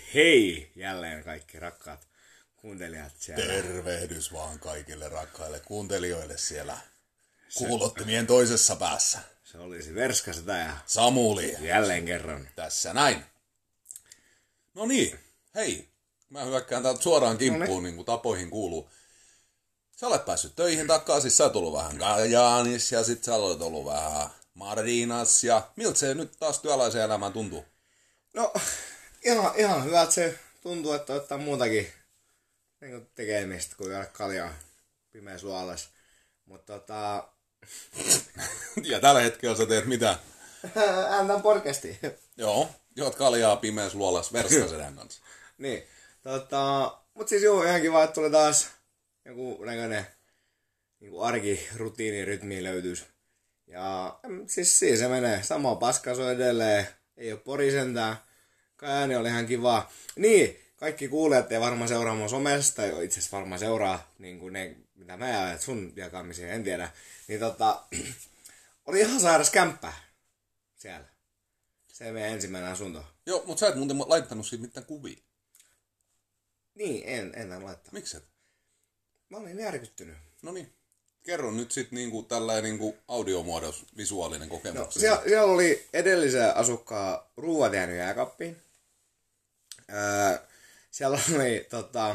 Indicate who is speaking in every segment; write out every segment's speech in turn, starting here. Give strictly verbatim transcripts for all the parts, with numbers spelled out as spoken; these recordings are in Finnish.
Speaker 1: Hei jälleen kaikki rakkaat kuuntelijat siellä.
Speaker 2: Tervehdys vaan kaikille rakkaille kuuntelijoille siellä kuulottimien toisessa päässä.
Speaker 1: Se olisi Verskasta ja
Speaker 2: Samuli.
Speaker 1: Jälleen kerran.
Speaker 2: Tässä näin. No niin, hei. Mä hyökkään täältä suoraan kimppuun, no niin kuin tapoihin kuuluu. Sä olet päässyt töihin takaisin, sä oot ollut vähän Kajaanis ja sit sä olet ollut vähän Marinas ja miltä se nyt taas työläisen elämään tuntuu?
Speaker 1: No ihan, ihan hyvä, että se tuntuu, että ottaa muutakin niin tekemistä kuin juoda kaljaa pimeässä luolassa. Mutta tota...
Speaker 2: ja tällä hetkellä sä teet mitä?
Speaker 1: Ääntä podcastia.
Speaker 2: Joo, juot kaljaa pimeässä luolassa Verskasedän kanssa.
Speaker 1: Niin, tota... Mut siis joo, ihan kiva, että tuli taas joku näköinen niin arki, rutiini, rytmi löytyisi. Ja siis siinä se menee. Sama paska soi edelleen. Ei oo pori sentään. Ääni oli ihan kiva. Niin, kaikki kuulijat ei varmaan seuraa mun somesta, tai itse asiassa varmaan seuraa niin kuin ne, mitä mä jään, sun jakamisia, en tiedä. Niin tota, oli ihan sairas kämppä siellä. Se meidän ensimmäinen asunto.
Speaker 2: Joo, mutta sä et muuten laittanut siitä mitään kuvia.
Speaker 1: Niin, en, en laittaa.
Speaker 2: Mikset?
Speaker 1: Mä olin järkyttynyt.
Speaker 2: No niin. Kerro nyt sit niinku tällainen niinku audiomuodos, visuaalinen kokemus.
Speaker 1: No, siellä, siellä oli edellisen asukkaan ruuat jäänyt jääkaappiin. Öö, siellä oli tota,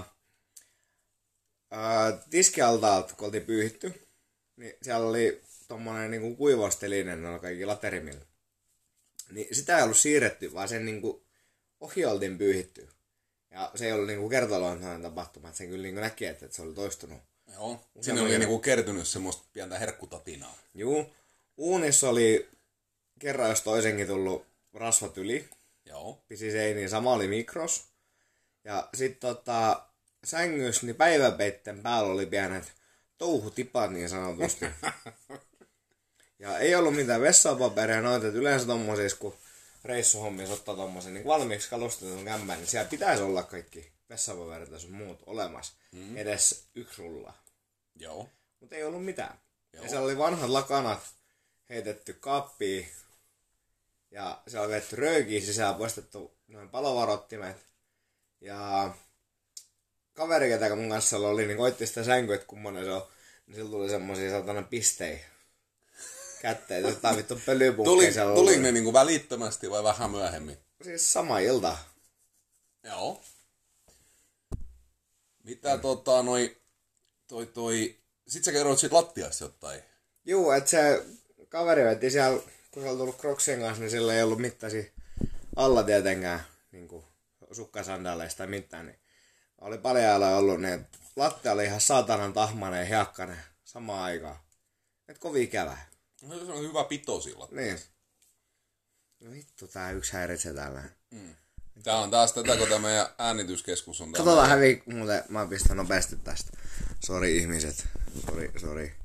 Speaker 1: öö, tiskialtaalta, kun oltiin pyyhitty, niin siellä oli tommonen niinku kuivostelinen noilla kaikilla laterimilla. Niin sitä ei ollut siirretty, vaan sen niinku ohi oltiin pyyhitty. Ja se ei ollut niinku kertaluontoinen tapahtuma, että sen kyllä niinku näki, että se oli toistunut.
Speaker 2: Joo, siinä oli niinku kertynyt semmoista pientä herkkutatinaa.
Speaker 1: Juu. Uunissa oli kerran jos toisenkin tullut rasvat yli.
Speaker 2: Joo.
Speaker 1: Pisi seiniin, sama oli mikros. Ja sit tota, sängyssä niin päiväpeitten päällä oli pienet touhutipat niin sanotusti. Ja ei ollut mitään vessapaperia noita, että yleensä tommosissa, kun reissuhommissa ottaa tommosen niin valmiiksi kalustetun kämpän, niin siellä pitäisi olla kaikki vessapaperit ja sun muut olemassa. Mm. Edes yksi rulla.
Speaker 2: Joo.
Speaker 1: Mutta ei ollut mitään.
Speaker 2: Joo.
Speaker 1: Ja siellä oli vanhat lakanat heitetty kaappiin. Ja siellä oli vetty röökiä sisään, poistettu noin palovarottimet. Ja kaveri, ketä mun kanssa oli, niin koitti sitä sänkyä, että kummonen se on. Niin sillä tuli semmosia satana pistejä kätteitä. Jotain vittu pölypunkkeja siellä oli.
Speaker 2: Tuliko ne niinku välittömästi vai vähän myöhemmin?
Speaker 1: Siis sama ilta.
Speaker 2: Joo. Mitä mm. tota noi... Toi toi... Sit sä kerroit siitä lattiasta jotain.
Speaker 1: Juu, et se kaveri veti siellä, kun se oli tullut Crocsien kanssa, niin sillä ei ollut mittaisia alla tietenkään, niinku sukkasandaaleista tai mitään, niin oli paljon ollut, niin lattia oli ihan saatanan tahmainen ja hiakkainen samaan aikaan. Et kovin ikävä.
Speaker 2: No, se on hyvä pito sillä.
Speaker 1: Niin. No vittu, tää yksi häiritsee täällä. Mm.
Speaker 2: Tää on taas tätä, kun tämä meidän äänityskeskus on.
Speaker 1: Katsotaan hävi, muuten mä pistän nopeasti tästä. Sori ihmiset. Sori, sori.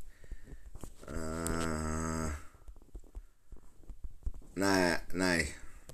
Speaker 1: Öö... Näin, näin.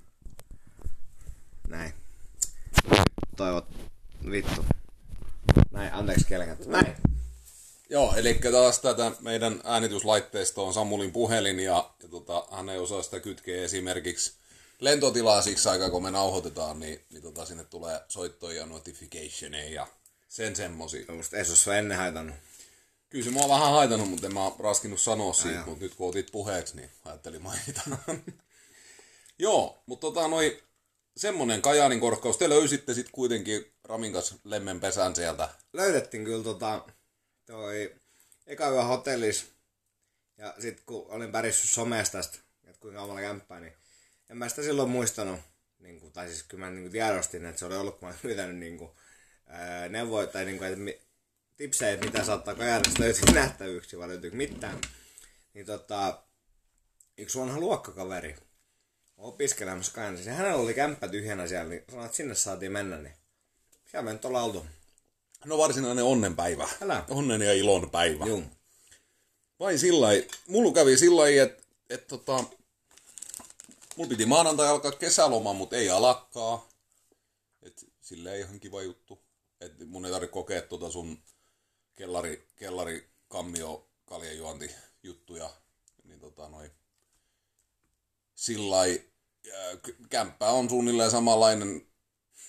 Speaker 1: Näin. Toivot, vittu. Näin, anteeksi kelkät. Näin.
Speaker 2: Joo, eli taas tätä meidän äänityslaitteisto on Samulin puhelin ja, ja tota, hän ei osaa sitä kytkeä esimerkiksi lentotilaa siksi aikaa, kun me nauhoitetaan, niin, niin tota, sinne tulee soittoja ja notificationeja ja sen semmosia.
Speaker 1: Musta ei se ole ennen haitannut.
Speaker 2: Kyllä se mua on vähän haitannut, mutta en mä raskinut sanoa siitä, Aja. Mutta nyt kun otit puheeksi, niin ajattelin mainita. Joo, mutta tota noi, semmonen Kajaanin korkkaus, te löysitte sit kuitenkin Ramin kanssa lemmenpesän sieltä.
Speaker 1: Löydettiin kyllä tota, toi eka yö hotellis, ja sit kun olin pärissyt somesta tästä, että kuinka omalla kämppää, niin en mä sitä silloin muistanut, niin kuin, tai siis kyllä mä niin kuin tiedostin, että se oli ollut, kun mä olin pyytänyt niin kuin, ää, neuvoja, tai niin kuin, että mi, tipsejä, että mitä saattaa Kajaanista löytyä nähtävyyksi, vai löytyykö mitään. Niin tota, yksi vanha luokkakaveri opiskelemassa Kajaanissa, ja hänellä oli kämppä tyhjänä siellä, niin sanoin, että sinne saatiin mennä, niin siellä me nyt ollaan oltu.
Speaker 2: No varsinainen onnenpäivä.
Speaker 1: Älä.
Speaker 2: Onnen ja ilon päivä.
Speaker 1: Juu.
Speaker 2: Vai sillai, mulla kävi sillai, että et, tota, mulla piti maanantai alkaa kesäloma, mutta ei alakkaa. Et silleen ihan kiva juttu. Et mun ei tarvitse kokea tuota sun kellari, kellari kammio kaljajuonti juttuja. Niin tota noi. Sillai, kämppä on suunnilleen samanlainen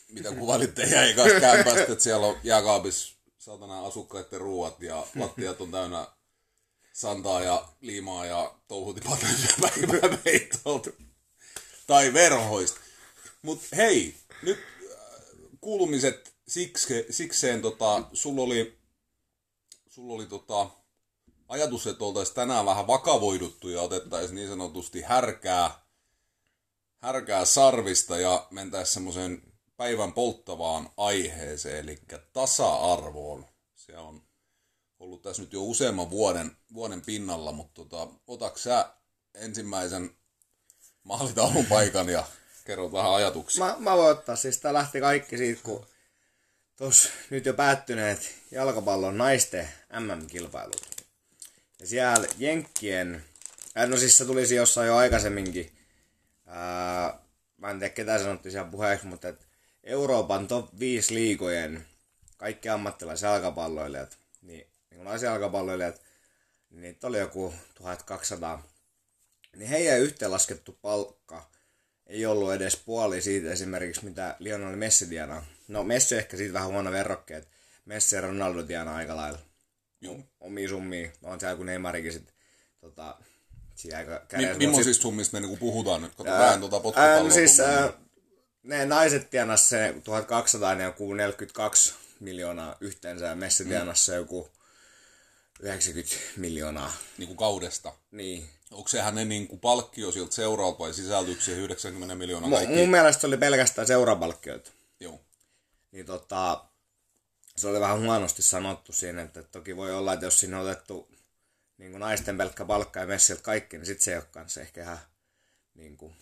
Speaker 2: mitä kuvailit teidän ekasta kämpästä, että siellä on jääkaapissa satana asukkaiden ruuat ja lattiat on täynnä santaa ja liimaa ja touhutipataa päiväpeitolta. Tai verhoista. Mut hei, nyt kuulumiset sikse, sikseen, tota, sulla oli, sulla oli tota, ajatus, että oltaisiin tänään vähän vakavoiduttu ja otettaisiin niin sanotusti härkää, härkää sarvista ja mentäisiin semmoiseen päivän polttavaan aiheeseen, eli tasa-arvoon. Se on ollut tässä nyt jo useamman vuoden, vuoden pinnalla, mutta tota, otaks sä ensimmäisen maalitaulun paikan ja kerrot vähän ajatuksia?
Speaker 1: Mä, mä voin ottaa, siis tää lähti kaikki siitä, kun tuossa nyt jo päättyneet jalkapallon naisten M M-kilpailut. Ja siellä Jenkkien, äh, no siis se tulisi jossain jo aikaisemminkin, ää, mä en tiedä ketä sanottiin siellä puheeksi, mutta et Euroopan top viisi liigojen kaikki ammattilaisjalkapalloilijat, niin, niin naisjalkapalloilijat, niin niitä oli joku tuhatkaksisataa. Niin heidän yhteenlaskettu palkka ei ollut edes puoli siitä esimerkiksi, mitä Lionel Messi tienaa. No Messi ehkä siitä vähän huono verrokki, että Messi ja Ronaldo tienaa aika lailla.
Speaker 2: Joo.
Speaker 1: Omia summia. On siellä kuin Neymarikin sit, tota,
Speaker 2: Mi- Millaisista summista me niinku puhutaan nyt? Kato vähän tuota potkupalloa.
Speaker 1: No siis ää, ne naiset tienas se tuhatkaksisataa ja joku neljäkymmentäkaksi miljoonaa yhteensä ja Messi tienas se joku yhdeksänkymmentä miljoonaa.
Speaker 2: Niinku kaudesta?
Speaker 1: Niin.
Speaker 2: Onko se hänen niinku palkkio siltä seuraalta vai sisältyykö siihen yhdeksänkymmentä miljoonaa kaikki?
Speaker 1: Mun mielestä se oli pelkästään seurapalkkioita.
Speaker 2: Joo.
Speaker 1: Niin tota, se oli vähän huonosti sanottu siinä, että toki voi olla, että jos siinä on otettu niin kuin naisten pelkkä palkka ja Messiltä kaikki, niin sit se ei ole kanssa ehkä ihan niin kuin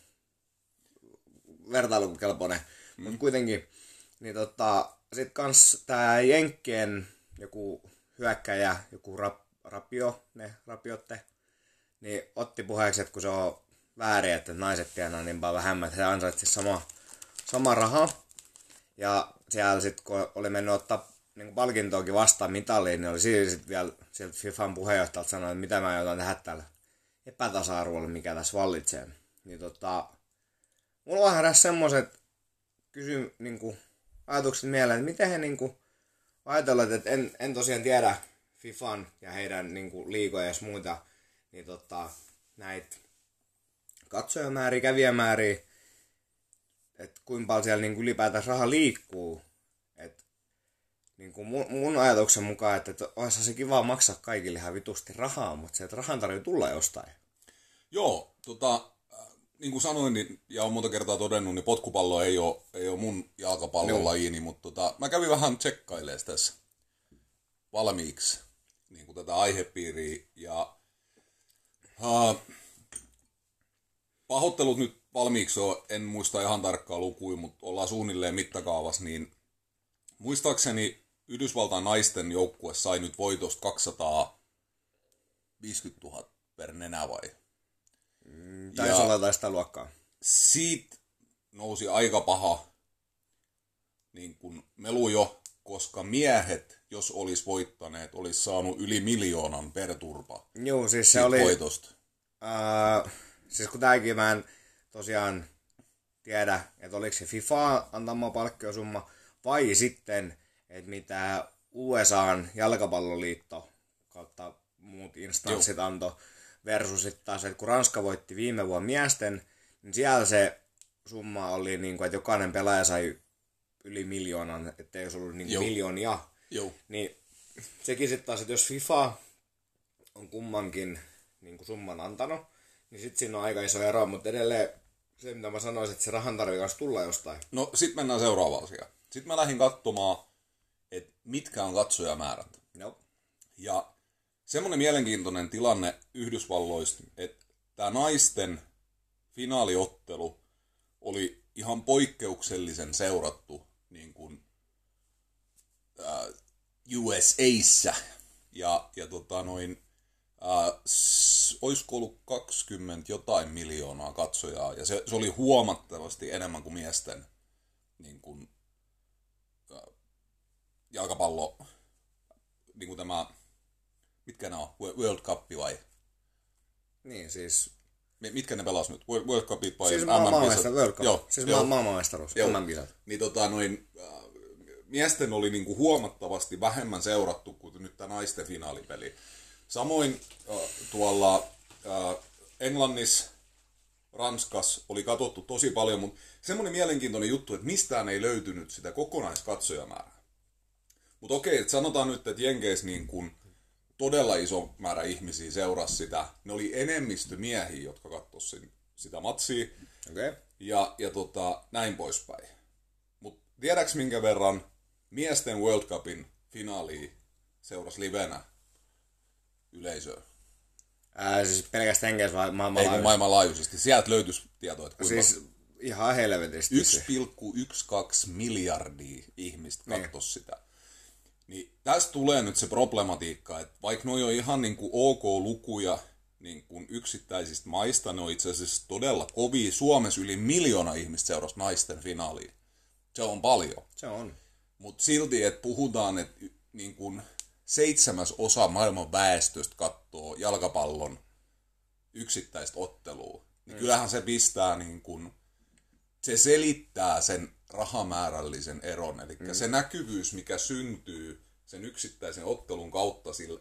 Speaker 1: vertailukelpoinen. Mm. Mutta kuitenkin, niin tota, sit kans tää Jenkkien joku hyökkäjä, joku rap, rapio, ne rapiotte, niin otti puheeksi, että kun se on väärin, että naiset tienaa niin paljon vähemmän, että he ansaitsi sama, sama raha. Ja siellä sitten, kun oli mennyt ottaa niin palkintoakin vastaan mitaliin, niin oli siinä sitten vielä sieltä FIFAn puheenjohtajalta sanoi, että mitä mä jotain tehdä tällä epätasa-arvolla, mikä tässä vallitsee. Niin tota, mulla on heräs semmoiset kysy, niin kuin, ajatukset mieleen, että miten he niin kuin, ajatelleet, että en, en tosiaan tiedä FIFAn ja heidän niin kuin, liigoja ja muita, niin tota, näitä katsojamääriä, kävijämääriä, että kuinka paljon siellä niin kuin, ylipäätään raha liikkuu. Et, niin kuin mun, mun ajatuksen mukaan, että, että olisi se kiva maksaa kaikille ihan vitusti rahaa, mutta se, että rahan tarvitsee tulla jostain.
Speaker 2: Joo, tota, niin kuin sanoin, niin, ja olen monta kertaa todennut, niin potkupallo ei ole, ei ole mun jalkapallon lajiini, mutta tota, mä kävin vähän tsekkailemaan tässä valmiiksi niin kuin tätä aihepiiriä, ja uh, pahoittelut nyt valmiiksi on, en muista ihan tarkkaa lukuja, mutta ollaan suunnilleen mittakaavassa, niin muistaakseni Yhdysvaltain naisten joukkue sai nyt voitosta kaksisataaviisikymmentätuhatta per nenä vai?
Speaker 1: Mm, taisi olla jotain sitä luokkaa.
Speaker 2: Siitä nousi aika paha niin kuin melu jo, koska miehet, jos olisi voittaneet, olisi saanut yli miljoonan per turpa.
Speaker 1: Joo, siis se oli
Speaker 2: voitosta.
Speaker 1: Uh, siis kun tämäkin mä en tosiaan tiedä, että oliko se FIFA antama palkkiosumma vai sitten, että mitä U S A:n jalkapalloliitto kautta muut instanssit antoi versus sitten taas, että kun Ranska voitti viime vuonna miesten, niin siellä se summa oli niin kuin, että jokainen pelaaja sai yli miljoonan, ettei olisi ollut niin kuin miljoonia.
Speaker 2: Joo.
Speaker 1: Niin sekin sitten taas, että jos FIFA on kummankin niin kuin summan antanut, niin sitten siinä on aika iso ero, mutta edelleen se, mitä mä sanoisin, että se rahan tarvii kanssa tulla jostain.
Speaker 2: No sit mennään seuraavaan asiaan. Sitten mä lähdin katsomaan, että mitkä on katsojamäärät.
Speaker 1: No.
Speaker 2: Ja semmoinen mielenkiintoinen tilanne Yhdysvalloista, että tämä naisten finaaliottelu oli ihan poikkeuksellisen seurattu niin kuin, ää, U S A:ssä. Ja, ja tota noin, ää, s- olisiko ollut kaksikymmentä jotain miljoonaa katsojaa. Ja se, se oli huomattavasti enemmän kuin miesten niin kuin, ää, jalkapallo, niin kuin tämä, mitkä nämä on, World Cup vai?
Speaker 1: Niin siis
Speaker 2: Mitkä ne pelas nyt? World, World Cupit vai
Speaker 1: siis
Speaker 2: M M-kisat?
Speaker 1: World Cup.
Speaker 2: Joo.
Speaker 1: Siis
Speaker 2: Joo.
Speaker 1: maailmanmestaruus,
Speaker 2: Joo.
Speaker 1: M M-kisat.
Speaker 2: Niin tota noin, äh, miesten oli niinku huomattavasti vähemmän seurattu kuin nyt tämä naisten finaalipeli. Samoin äh, tuolla äh, Englannissa, Ranskassa oli katsottu tosi paljon, mutta semmoinen mielenkiintoinen juttu, että mistään ei löytynyt sitä kokonaiskatsojamäärää. Mutta okei, että sanotaan nyt, että Jenkeissä niin kun todella iso määrä ihmisiä seurasi sitä. Ne oli enemmistö miehiä, jotka katsoivat sitä matsia.
Speaker 1: Okay.
Speaker 2: Ja, ja tota, näin poispäin. Mutta tiedäks minkä verran miesten World Cupin finaalia seurasi livenä yleisöä?
Speaker 1: Ää, siis pelkästään Jenkeissä vai
Speaker 2: Ei kun
Speaker 1: maailmanlaajuisesti?
Speaker 2: maailmanlaajuisesti. Sieltä löytyisi tietoa, että kuinka
Speaker 1: Siis ihan helvetisti.
Speaker 2: yksi pilkku yksitoista miljardia ihmistä katsoisi sitä. Niin tästä tulee nyt se problematiikka, että vaikka noi on ihan niin kuin ok-lukuja niin kuin yksittäisistä maista, ne on itse asiassa todella kovia. Suomessa yli miljoona ihmistä seurasi naisten finaaliin. Se on paljon.
Speaker 1: Se on.
Speaker 2: Mutta silti, että puhutaan, että niin kuin seitsemäs osa maailman väestöstä katsoo jalkapallon yksittäistä ottelua, niin mm. kyllähän se pistää niin kuin, se selittää sen rahamäärällisen eron. Eli mm. se näkyvyys, mikä syntyy sen yksittäisen ottelun kautta sille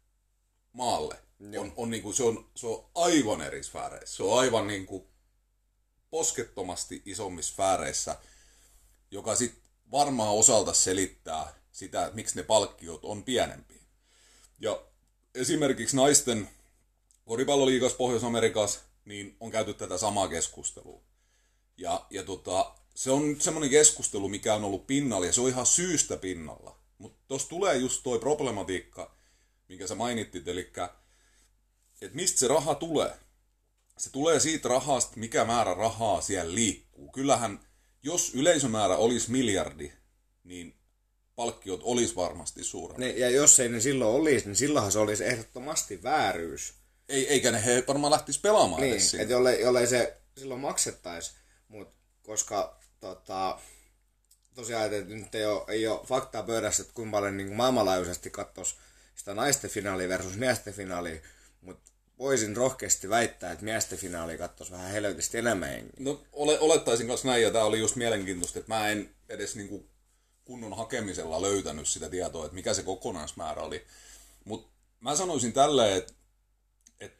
Speaker 2: maalle, on, on, niin kuin, se, on, se on aivan eri sfääreissä. Se on aivan niin kuin poskettomasti isommissa sfääreissä, joka sitten varmaan osalta selittää sitä, että miksi ne palkkiot on pienempiä. Ja esimerkiksi naisten koripalloliigassa Pohjois-Amerikassa niin on käyty tätä samaa keskustelua. Ja, ja tota, se on nyt semmoinen keskustelu, mikä on ollut pinnalla, ja se on ihan syystä pinnalla. Mutta tuossa tulee just toi problematiikka, minkä sä mainittit, eli että mistä se raha tulee. Se tulee siitä rahasta, mikä määrä rahaa siellä liikkuu. Kyllähän, jos yleisömäärä olisi miljardi, niin palkkiot olisi varmasti suuremmat.
Speaker 1: Ne, ja jos ei ne silloin olisi, niin silloinhan se olisi ehdottomasti vääryys.
Speaker 2: Ei, eikä ne he varmaan lähtisi pelaamaan
Speaker 1: niin,
Speaker 2: edes sinne.
Speaker 1: että jollei, jollei se silloin maksettaisi, mutta koska tota, tosiaan, että nyt ei ole, ei ole faktaa pöydässä, että kuinka paljon niin maailmanlaajuisesti katsoisi sitä naisten finaalia versus miesten finaalia, mutta voisin rohkeasti väittää, että miesten finaalia katsoisi vähän helvetisti enemmän jengiä.
Speaker 2: No ole, olettaisin kanssa näin, ja tämä oli just mielenkiintoista, että mä en edes niinku kunnon hakemisella löytänyt sitä tietoa, että mikä se kokonaismäärä oli. Mutta mä sanoisin tälleen, että et,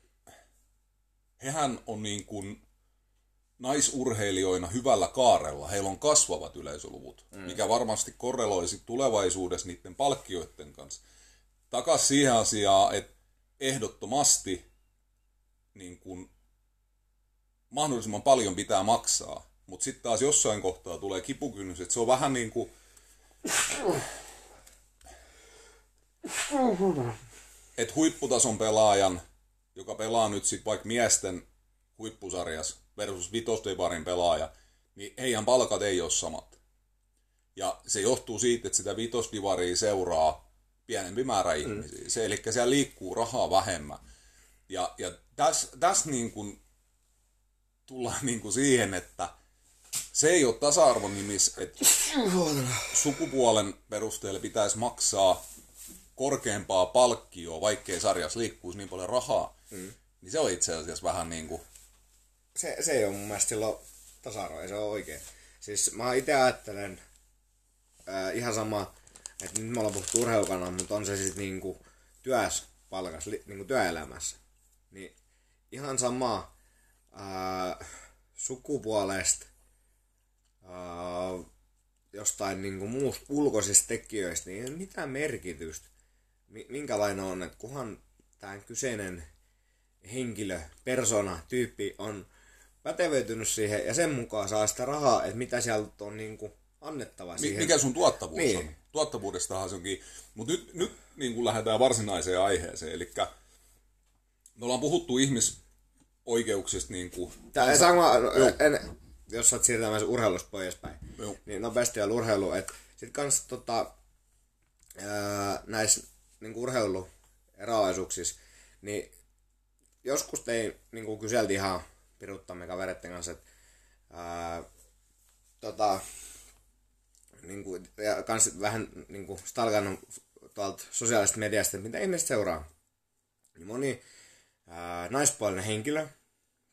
Speaker 2: hehän on niin kuin naisurheilijoina hyvällä kaarella. Heillä on kasvavat yleisöluvut, mm. mikä varmasti korreloisi tulevaisuudessa niiden palkkioiden kanssa. Takas siihen asiaan, että ehdottomasti niin kuin mahdollisimman paljon pitää maksaa. Mutta sitten taas jossain kohtaa tulee kipukynnys, että se on vähän niin kuin että huipputason pelaajan, joka pelaa nyt sitten vaikka miesten huippusarjassa versus vitosdivarin pelaaja, niin heidän palkat ei ole samat. Ja se johtuu siitä, että sitä vitosdivaria seuraa pienempi määrä ihmisiä. Mm. Se, eli siellä liikkuu rahaa vähemmän. Ja, ja tässä täs niin kuin tullaan niin kuin siihen, että se ei ole tasa-arvon nimissä, että sukupuolen perusteella pitäisi maksaa korkeampaa palkkioa, vaikkei sarjassa liikkuisi niin paljon rahaa. Mm. Niin se on itse asiassa vähän niin kuin...
Speaker 1: Se, se ei ole mun mielestä silloin tasa-arvo, ei se ole oikein. Siis mä itse ajattelen ää, ihan sama, että nyt me ollaan puhuttu urheilukannalla, mutta on se sitten niinku työs palkas, li, niinku työelämässä. Niin ihan sama ää, sukupuolesta, ää, jostain niinku muusta ulkoisista tekijöistä, niin ei ole mitään merkitystä. Minkälainen on, että kunhan tämä kyseinen henkilö, persona, tyyppi on pätevöitynyt siihen ja sen mukaan saa sitä rahaa, että mitä sieltä on niinku annettava siihen.
Speaker 2: Mikä sun tuottavuus niin on?
Speaker 1: Niin.
Speaker 2: Tuottavuudestahan se onkin. Mutta nyt, nyt niin kuin lähdetään varsinaiseen aiheeseen. Eli me ollaan puhuttu ihmisoikeuksista. Niin kuin
Speaker 1: Tää, sama, en, jos sä oot siirtämässä urheilusta poispäin,
Speaker 2: Joo.
Speaker 1: niin nopeasti vielä urheilu. Sitten kans tota, ää, näissä niin urheilueroavaisuuksissa, niin joskus tein, niin kuin kyseltiin ihan piruttamme kavereiden kanssa, että ää, tota, niin kuin, ja kans vähän niin kuin stalkannut tuolta sosiaalisesta mediasta, että mitä ihmiset seuraa. Niin moni ää, naispuolinen henkilö,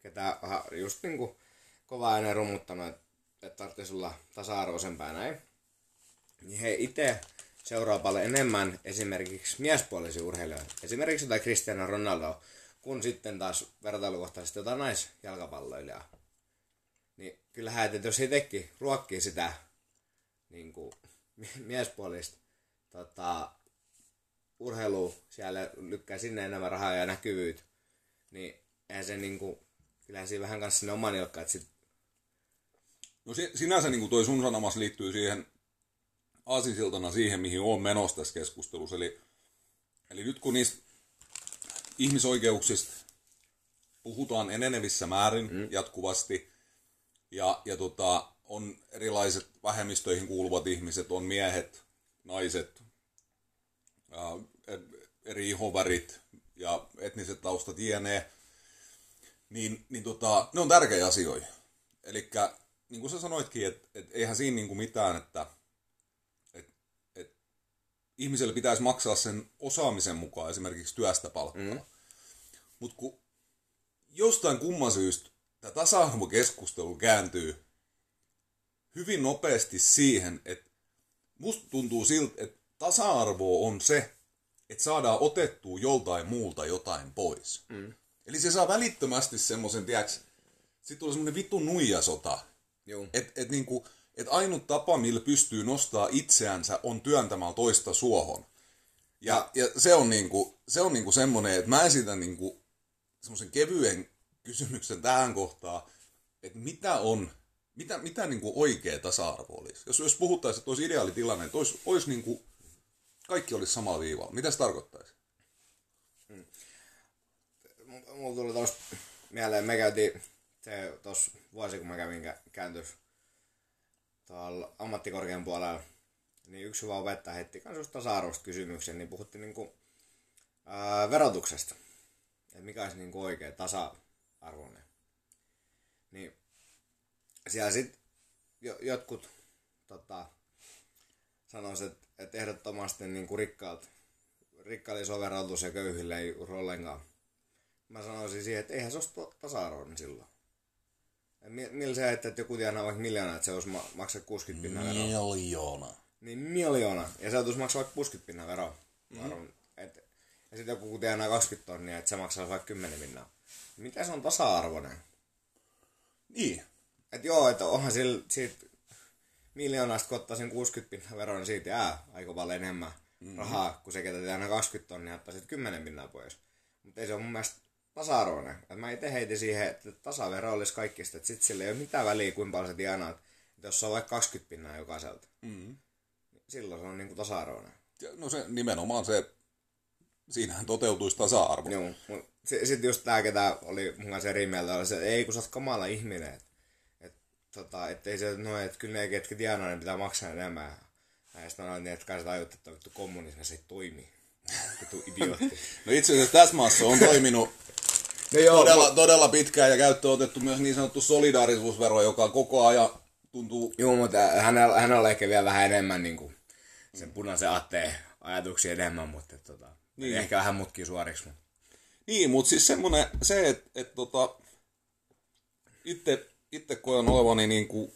Speaker 1: ketä just niinku kova ääneen rummuttanut, että et tarvitsisi olla tasa-arvoisempaa näin. Niin he itse seuraa paljon enemmän esimerkiksi miespuolisia urheilijoita. Esimerkiksi jotain Cristiano Ronaldoa, kun sitten taas vertailukohtaisesti jotain naisjalkapalloilijaa. Niin kyllähän, että jos itsekin ruokkii sitä niin kuin, miespuolista tota, urheilua, siellä lykkää sinne enemmän rahaa ja näkyvyyttä, niin eihän se niin kuin, kyllähän siinä vähän kanssa sinne oman nilkkaan, että sit...
Speaker 2: No sinänsä niin kuin toi sun sanomas liittyy siihen aasinsiltana siihen, mihin on menossa tässä keskustelussa. Eli, eli nyt kun niistä ihmisoikeuksista puhutaan enenevissä määrin mm. jatkuvasti, ja, ja tota, on erilaiset vähemmistöihin kuuluvat ihmiset, on miehet, naiset, ää, eri ihovärit ja etniset taustat jne, niin, niin tota, ne on tärkeitä asioita. Eli niin kuin sä sanoitkin, että et eihän siinä niin kuin mitään, että et, et ihmiselle pitäisi maksaa sen osaamisen mukaan esimerkiksi työstä palkkaa. Mm. Mutta kun jostain kumman syystä tämä tasa-arvokeskustelu kääntyy hyvin nopeasti siihen, että musta tuntuu siltä, että tasa-arvo on se, että saadaan otettua joltain muulta jotain pois. Mm. Eli se saa välittömästi semmoisen, tiedäks, sitten tulee semmoinen vittu nuijasota. Että et niinku, et ainut tapa, millä pystyy nostaa itseänsä, on työntämällä toista suohon. Ja, ja se on, niinku, se on niinku semmoinen, että mä esitän niinku semmoisen kevyen kysymyksen tähän kohtaan, että mitä on, mitä, mitä niinku oikea tasa-arvo olisi. Jos, jos puhuttaisiin, että olisi ideaali tilanne, että olisi, olisi niinku, kaikki olisi samalla viivalla. Mitä se tarkoittaisi?
Speaker 1: Hmm. Mulla tuli tuossa mieleen, me käytiin se tuossa vuosi, kun mä kävin kääntys tuolla ammattikorkean puolella, niin yksi hyvä opettaja heitti kans just tasa-arvoista kysymyksen, niin puhuttiin niinku, ää, verotuksesta. Että mikä olisi niinku oikea tasa-arvoinen. Niin siellä sit jo, jotkut tota, sanois, että et ehdottomasti niinku rikkaat, rikkaille iso verotus ja köyhille ei juuri ollenkaan. Mä sanoisin siihen, että eihän se olisi tasa-arvoinen silloin. Millä se, että joku tienaa vaikka miljoona, että se olisi ma- maksaa kuusikymmentä pinnaa veroa?
Speaker 2: Miljoona.
Speaker 1: Niin miljoona. Ja se olisi maksaa vaikka kuusikymmentä pinnaa veroa. Mm-hmm. Et, ja sitten joku tienaa kaksikymmentä tonnia, että se maksaa vaikka kymmenen pinnaa. Mitä se on tasa-arvoinen?
Speaker 2: Niin.
Speaker 1: Että joo, että onhan sillä siitä miljoonasta, kun ottaa sen kuusikymmentä pinnaa veroa, niin siitä jää aika paljon enemmän mm-hmm. rahaa, kun se ketä tienaa kaksikymmentä tonnia, ottaa sitten kymmenen pinnaa pois. Mutta ei se ole mun mielestä tasa-arvoinen. Et mä itse heitin siihen, että tasavero olisi kaikista. Että sit sillä ei ole mitään väliä, kuinka paljon sä tienaat. Että jos se on vaikka kaksikymmentä pinnaa jokaiselta, mm-hmm. silloin se on niinku tasa-arvoinen.
Speaker 2: No se nimenomaan se, siinähän toteutuisi tasa-arvo.
Speaker 1: Joo, mutta sitten just tää, ketä oli mun kanssa eri mieltä, oli se, että ei kun sä oot kamala ihminen. Että et, tota, ettei se, no et kyllä ne, ketkä tienaa, ne pitää maksaa enemmän. Ja sitten mä sanoin, että kai sä tajut, että vittu kommunismi se ei toimi. Vittu idiootti.
Speaker 2: No itse asiassa tässä maassa on toiminut no joo, todella, todella pitkään ja käyttöön otettu myös niin sanottu solidaarisuusvero, joka koko ajan tuntuu...
Speaker 1: Joo, mutta hänellä, hänellä on ehkä vielä vähän enemmän niin kuin, sen punaisen aatteen ajatuksia enemmän, mutta tota, niin. Ehkä vähän mutkin suoriksi. Mutta.
Speaker 2: Niin, mutta siis semmoinen se, että et, tota, itse, itse koen olevani niin kuin,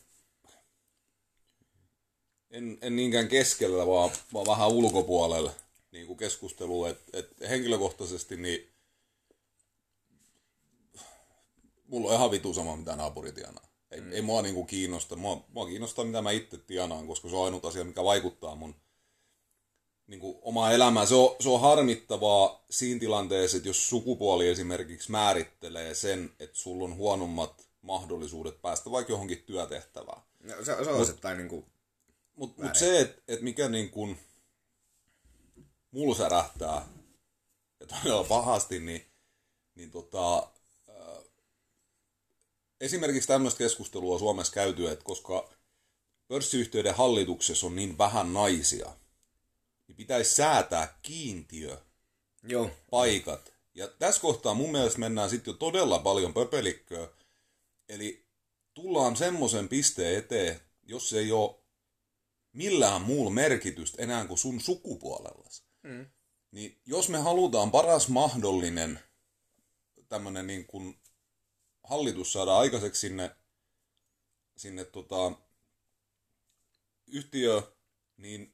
Speaker 2: en, en niinkään keskellä, vaan, vaan vähän ulkopuolella niin kuin keskustelua, että et henkilökohtaisesti niin mulla on ihan vitu sama, mitä naapuri tienaa. Ei, mm. ei mua niinku kiinnosta. Mua, mua kiinnostaa, mitä mä itse tienaan, koska se on ainut asia, mikä vaikuttaa mun niinku, omaan elämään. Se on, se on harmittavaa siinä tilanteessa, että jos sukupuoli esimerkiksi määrittelee sen, että sulla on huonommat mahdollisuudet päästä vaikka johonkin työtehtävään.
Speaker 1: No, se, se on osittain niinku
Speaker 2: Mutta mut se, että et mikä niinku mulla särähtää, ja todella pahasti, niin, niin tota... Esimerkiksi tämmöistä keskustelua on Suomessa käyty, että koska pörssiyhtiöiden hallituksessa on niin vähän naisia, niin pitäisi säätää kiintiö
Speaker 1: Joo.
Speaker 2: paikat. Ja tässä kohtaa mun mielestä mennään sitten jo todella paljon pöpelikköä. Eli tullaan semmoisen pisteen eteen, jos ei ole millään muulla merkitystä enää kuin sun sukupuolellasi. Mm. Niin jos me halutaan paras mahdollinen tämmöinen niin kuin hallitus saada aikaiseksi sinne, sinne tota, yhtiö, niin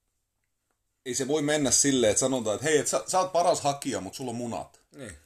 Speaker 2: ei se voi mennä silleen, että sanotaan, että hei, et sä, sä oot paras hakija, mutta sulla on munat.
Speaker 1: Niin.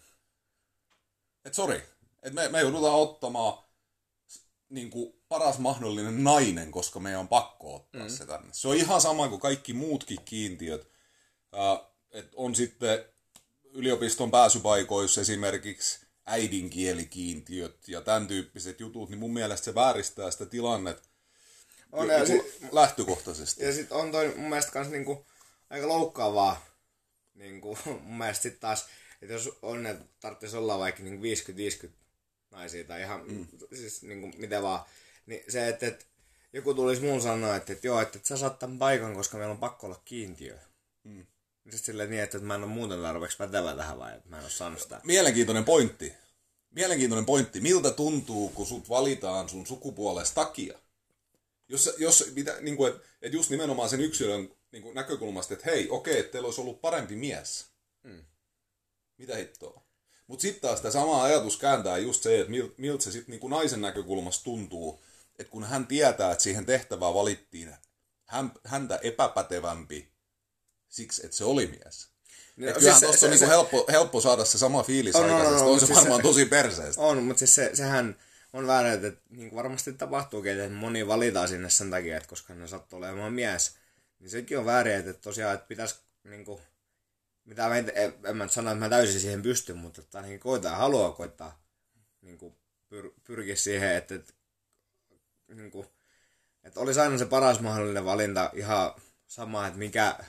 Speaker 2: Et sori, et me, me joudutaan ottamaan niin kuin paras mahdollinen nainen, koska meidän on pakko ottaa mm. se tänne. Se on ihan sama kuin kaikki muutkin kiintiöt. Äh, et on sitten yliopiston pääsypaikoissa esimerkiksi äidinkielikiintiöt ja tämän tyyppiset jutut, niin mun mielestä se vääristää sitä tilannetta
Speaker 1: on,
Speaker 2: jo,
Speaker 1: ja sit,
Speaker 2: lähtökohtaisesti.
Speaker 1: Ja sitten on toi mun mielestä kans niinku aika loukkaavaa, niinku, mun mielestä sit taas, että jos on, että tarvitsisi olla vaikka niinku viisikymmentä viisikymmentä naisia tai ihan, mm. siis niinku miten vaan, niin se, että, että joku tulisi mun sanoa, että, että joo, että, että sä saat tämän paikan, koska meillä on pakko olla kiintiö. Mm. Sitten silleen niin, että, että mä en ole muuten tarpeeksi pätevä tähän vai, että mä en ole saanut sitä.
Speaker 2: Mielenkiintoinen pointti. Mielenkiintoinen pointti. Miltä tuntuu, kun sut valitaan sun sukupuolesta takia? Jos, jos mitä, niin kuin, että, että just nimenomaan sen yksilön niin kuin näkökulmasta, että hei, okei, että teillä olisi ollut parempi mies. Mm. Mitä hittoa? Mutta sitten taas tämä sama ajatus kääntää just se, että mil, miltä se sitten niin naisen näkökulmasta tuntuu, että kun hän tietää, että siihen tehtävään valittiin hän, häntä epäpätevämpi siksi, että se oli mies. No, kyllähän siis tuossa on se, niinku helppo, helppo saada se sama fiilis on, aikaisesti, on, on, on se siis varmaan se, tosi perseestä.
Speaker 1: On, mutta siis se, sehän on väärin, että niin varmasti tapahtuukin, että moni valitaan sinne sen takia, että koska ne sattuu olemaan mies. Niin sekin on väärin, että tosiaan, että pitäisi, niin kuin, mitä mä en, en mä sano, että mä täysin siihen pystyn, mutta että ainakin koittaa, haluaa koittaa niin kuin, pyr, pyrkiä siihen, että, että, niin kuin, että olisi aina se paras mahdollinen valinta, ihan sama, että mikä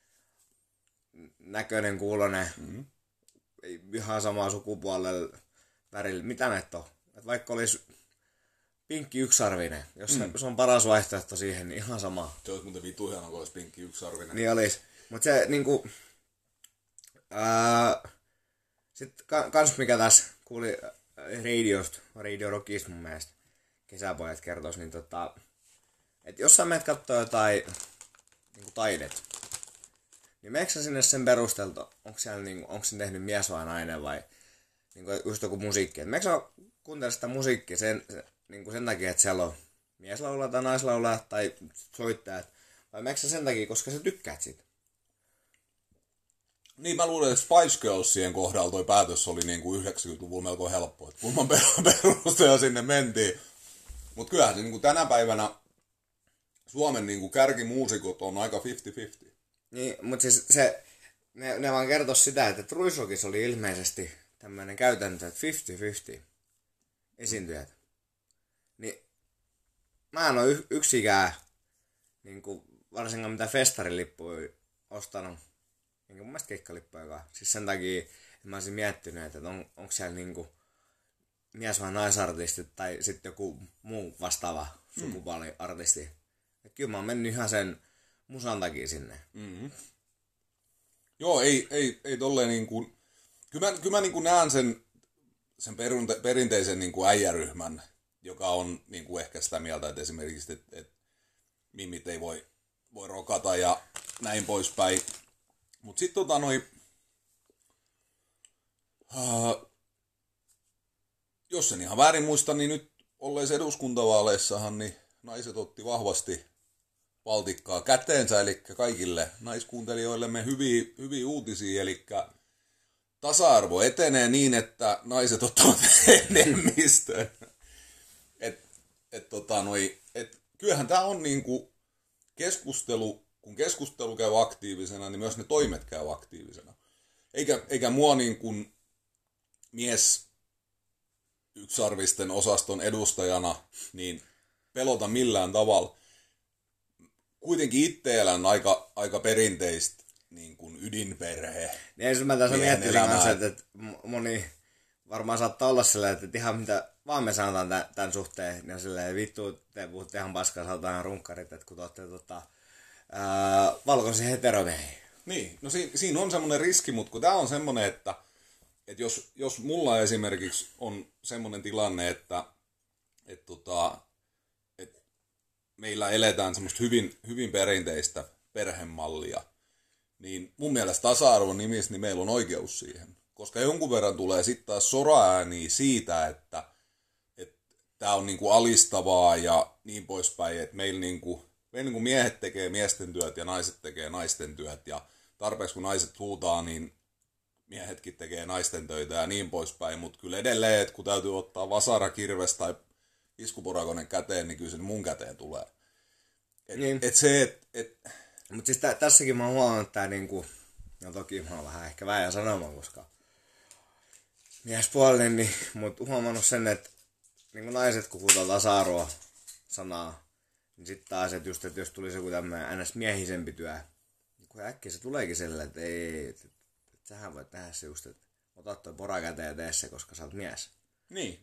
Speaker 1: näköinen, kuulonen, mm-hmm. ihan samaa sukupuolella, värillä, mitä näitä on. Että vaikka olisi pinkki yksarvinen, jos mm. se on paras vaihtoehto siihen, niin ihan sama.
Speaker 2: Se olisi muuten vitu hienoa, kun olisi pinkki yksarvinen.
Speaker 1: Niin olisi. Mutta se niinku, ää, sitten kans mikä tässä kuuli radiosta, Radio Rockista mun mielestä, kesäpojat kertois, niin tota, että jos sä menet kattoo jotain niinku taidet, niin meneekö sä sinne sen perustelta, onko siellä niinku, onko sen tehnyt mies vai nainen vai niinku just joku musiikki. Et meneekö sä kuuntele sitä musiikkia sen, sen, niinku sen takia, että siellä on mieslaulaa tai naislaulaa tai soittajat, vai meneekö sä sen takia, koska sä tykkäät siitä?
Speaker 2: Niin, mä luulen, että Spice Girlsien kohdalla toi päätös oli niinku yhdeksänkymmentäluvulla melko helppo. Että kulman perusteella sinne mentiin. Mutta kyllähän se niinku tänä päivänä Suomen niinku kärkimuusikot on aika viisikymmentä viisikymmentä.
Speaker 1: Niin, mutta siis se, ne, ne vaan kertoi sitä, että Ruisrockissa oli ilmeisesti tämmöinen käytäntö, että viisikymmentä viisikymmentä esiintyjät. Niin mä en ole y- yksikään, niin kuin, varsinkaan mitä festarilippuja ostanut, niin kuin mun mielestä keikkalippuja. Siis sen takia, että mä olisin miettinyt, että on, onko siellä niin kuin mies- vai naisartistit tai sitten joku muu vastaava sukupuoliartisti. Mm. Että kyllä mä oon mennyt ihan sen musan takia sinne.
Speaker 2: Mm-hmm. Joo, ei, ei, ei tolleen niin kuin, kyllä mä, kyllä mä niin kuin näen sen, sen perunte, perinteisen niin kuin äijäryhmän, joka on niin kuin ehkä sitä mieltä, että esimerkiksi, että, että mimmit ei voi, voi rokata ja näin poispäin. Mutta sitten tota noi, uh, jos en ihan väärin muista, niin nyt olleissa eduskuntavaaleissahan niin naiset otti vahvasti valtikkaa käteensä, eli kaikille naiskuuntelijoillemme hyviä, hyviä uutisia, eli tasa-arvo etenee niin, että naiset ottavat enemmistön. Et, et, tota, noi, et, kyllähän tämä on niinku keskustelu, kun keskustelu käy aktiivisena, niin myös ne toimet käy aktiivisena. Eikä, eikä mua niin kuin mies yksarvisten osaston edustajana niin pelota millään tavalla. Kuitenkin itse elän aika, aika perinteistä niin kuin ydinperhe.
Speaker 1: Niin ensin mä tässä miettisin kanssa, että, että moni varmaan saattaa olla sellainen, että ihan mitä vaan me sanotaan tämän, tämän suhteen, niin on silleen, vittu, te puhutte ihan paskaa, sanotaan runkkarit, että kun te olette tota, ää, valkoisia heteromiehiä.
Speaker 2: Niin, no si, siinä on semmoinen riski, mutta kun tämä on semmoinen, että, että jos, jos mulla esimerkiksi on semmoinen tilanne, että, että, tota, että meillä eletään semmoista hyvin, hyvin perinteistä perhemallia, niin mun mielestä tasa-arvon nimissä niin meillä on oikeus siihen. Koska jonkun verran tulee sitten taas soraääniä siitä, että tää on niinku alistavaa ja niin poispäin, että meillä niinku, meillä niinku miehet tekee miesten työt ja naiset tekee naisten työt ja tarpeeksi kun naiset huutaa, niin miehetkin tekee naisten töitä ja niin poispäin, mutta kyllä edelleen, että kun täytyy ottaa vasara, kirves tai iskuporakonen käteen, niin kyllä se mun käteen tulee. Et, niin. et se, et, et...
Speaker 1: Mutta siis tä, tässäkin mä oon huomannut tää niinku, no toki mä oon vähän ehkä väijä sanomaan, koska miespuolinen, niin, mutta huomannut sen, että niin naiset kun huutaa tasa-arvoa sanaa, niin sitten taas, että just, että jos tulisi joku tämmöinen ns. Miehisempi työ, niin kun äkkiä se tuleekin sellainen, että ei, että, että sähän voit tehdä se just, että ota toi pora käteen ja tee se, koska sä oot mies.
Speaker 2: Niin.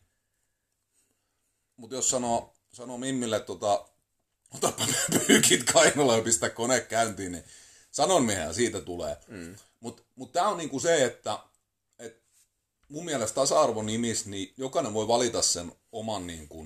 Speaker 2: Mutta jos sanoo, sanoo Mimmille, tota, otapa pyykit kainaloa ja pistä kone käyntiin, niin sanon miehen siitä tulee. Mm. Mutta mut tää on niinku se, että et mun mielestä tasa-arvon nimissä niin jokainen voi valita sen oman niinku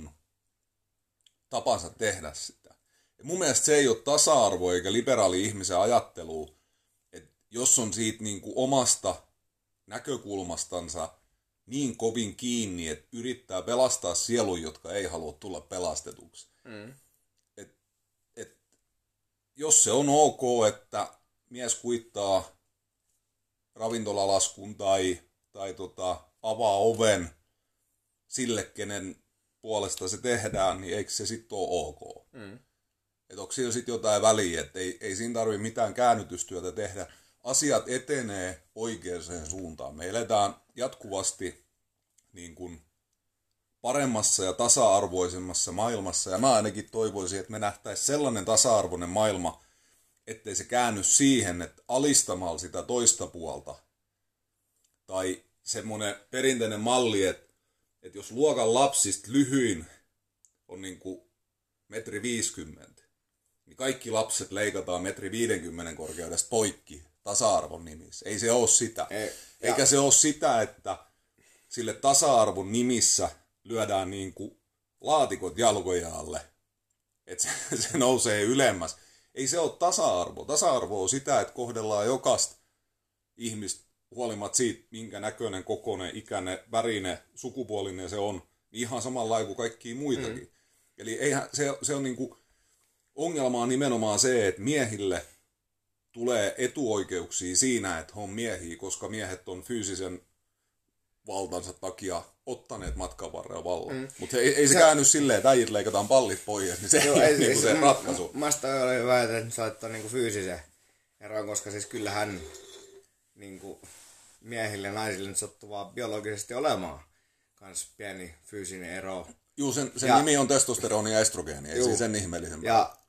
Speaker 2: tapansa tehdä sitä. Ja mun mielestä se ei ole tasa-arvo eikä liberaali ihmisen ajattelu, että jos on siitä niinku omasta näkökulmastansa niin kovin kiinni, että yrittää pelastaa sielun, jotka ei halua tulla pelastetuksi. Mm. Et, et, jos se on ok, että mies kuittaa ravintolalaskun tai, tai tota, avaa oven sille, kenen puolesta se tehdään, niin eikö se sitten ole ok? Mm. Että onko siellä sitten jotain väliä, että ei, ei siinä tarvitse mitään käännytystyötä tehdä. Asiat etenee oikeaan suuntaan. Me eletään jatkuvasti niin kuin paremmassa ja tasa-arvoisemmassa maailmassa. Ja mä ainakin toivoisin, että me nähtäisiin sellainen tasa-arvoinen maailma, ettei se käänny siihen, että alistamalla sitä toista puolta. Tai semmoinen perinteinen malli, että, että jos luokan lapsista lyhyin on niin kuin metri viisikymmentä, niin kaikki lapset leikataan metri viidenkymmenen korkeudesta poikki tasa-arvon nimissä. Ei se ole sitä. Ei, Eikä se ole sitä, että sille tasa-arvon nimissä lyödään niin kuin laatikot jalkojen alle, että se, se nousee ylemmäs. Ei se ole tasa-arvo. Tasa-arvo on sitä, että kohdellaan jokaista ihmistä huolimatta siitä, minkä näköinen, kokoinen, ikäinen, värinen, sukupuolinen se on, ihan samalla kuin kaikkia muitakin. Mm. Eli eihän, se, se on niin kuin, ongelma on nimenomaan se, että miehille tulee etuoikeuksia siinä, että he on miehiä, koska miehet on fyysisen valtansa takia ottaneet matkan varrella vallan. Mm. Mutta ei, ei se, se käänny silleen, että äijät leikataan pallit pois, niin se joo, ei ole niinku se, se ratkaisu.
Speaker 1: Masta oli hyvä, että sä ottaa niinku fyysisen eron, koska siis kyllähän niinku miehille ja naisille nyt sattuu vaan biologisesti olemaan kans pieni fyysinen ero.
Speaker 2: Juu, sen, sen ja, nimi on testosteroni ja estrogeeni, ei juu, sen ihmeellisempää.
Speaker 1: Ja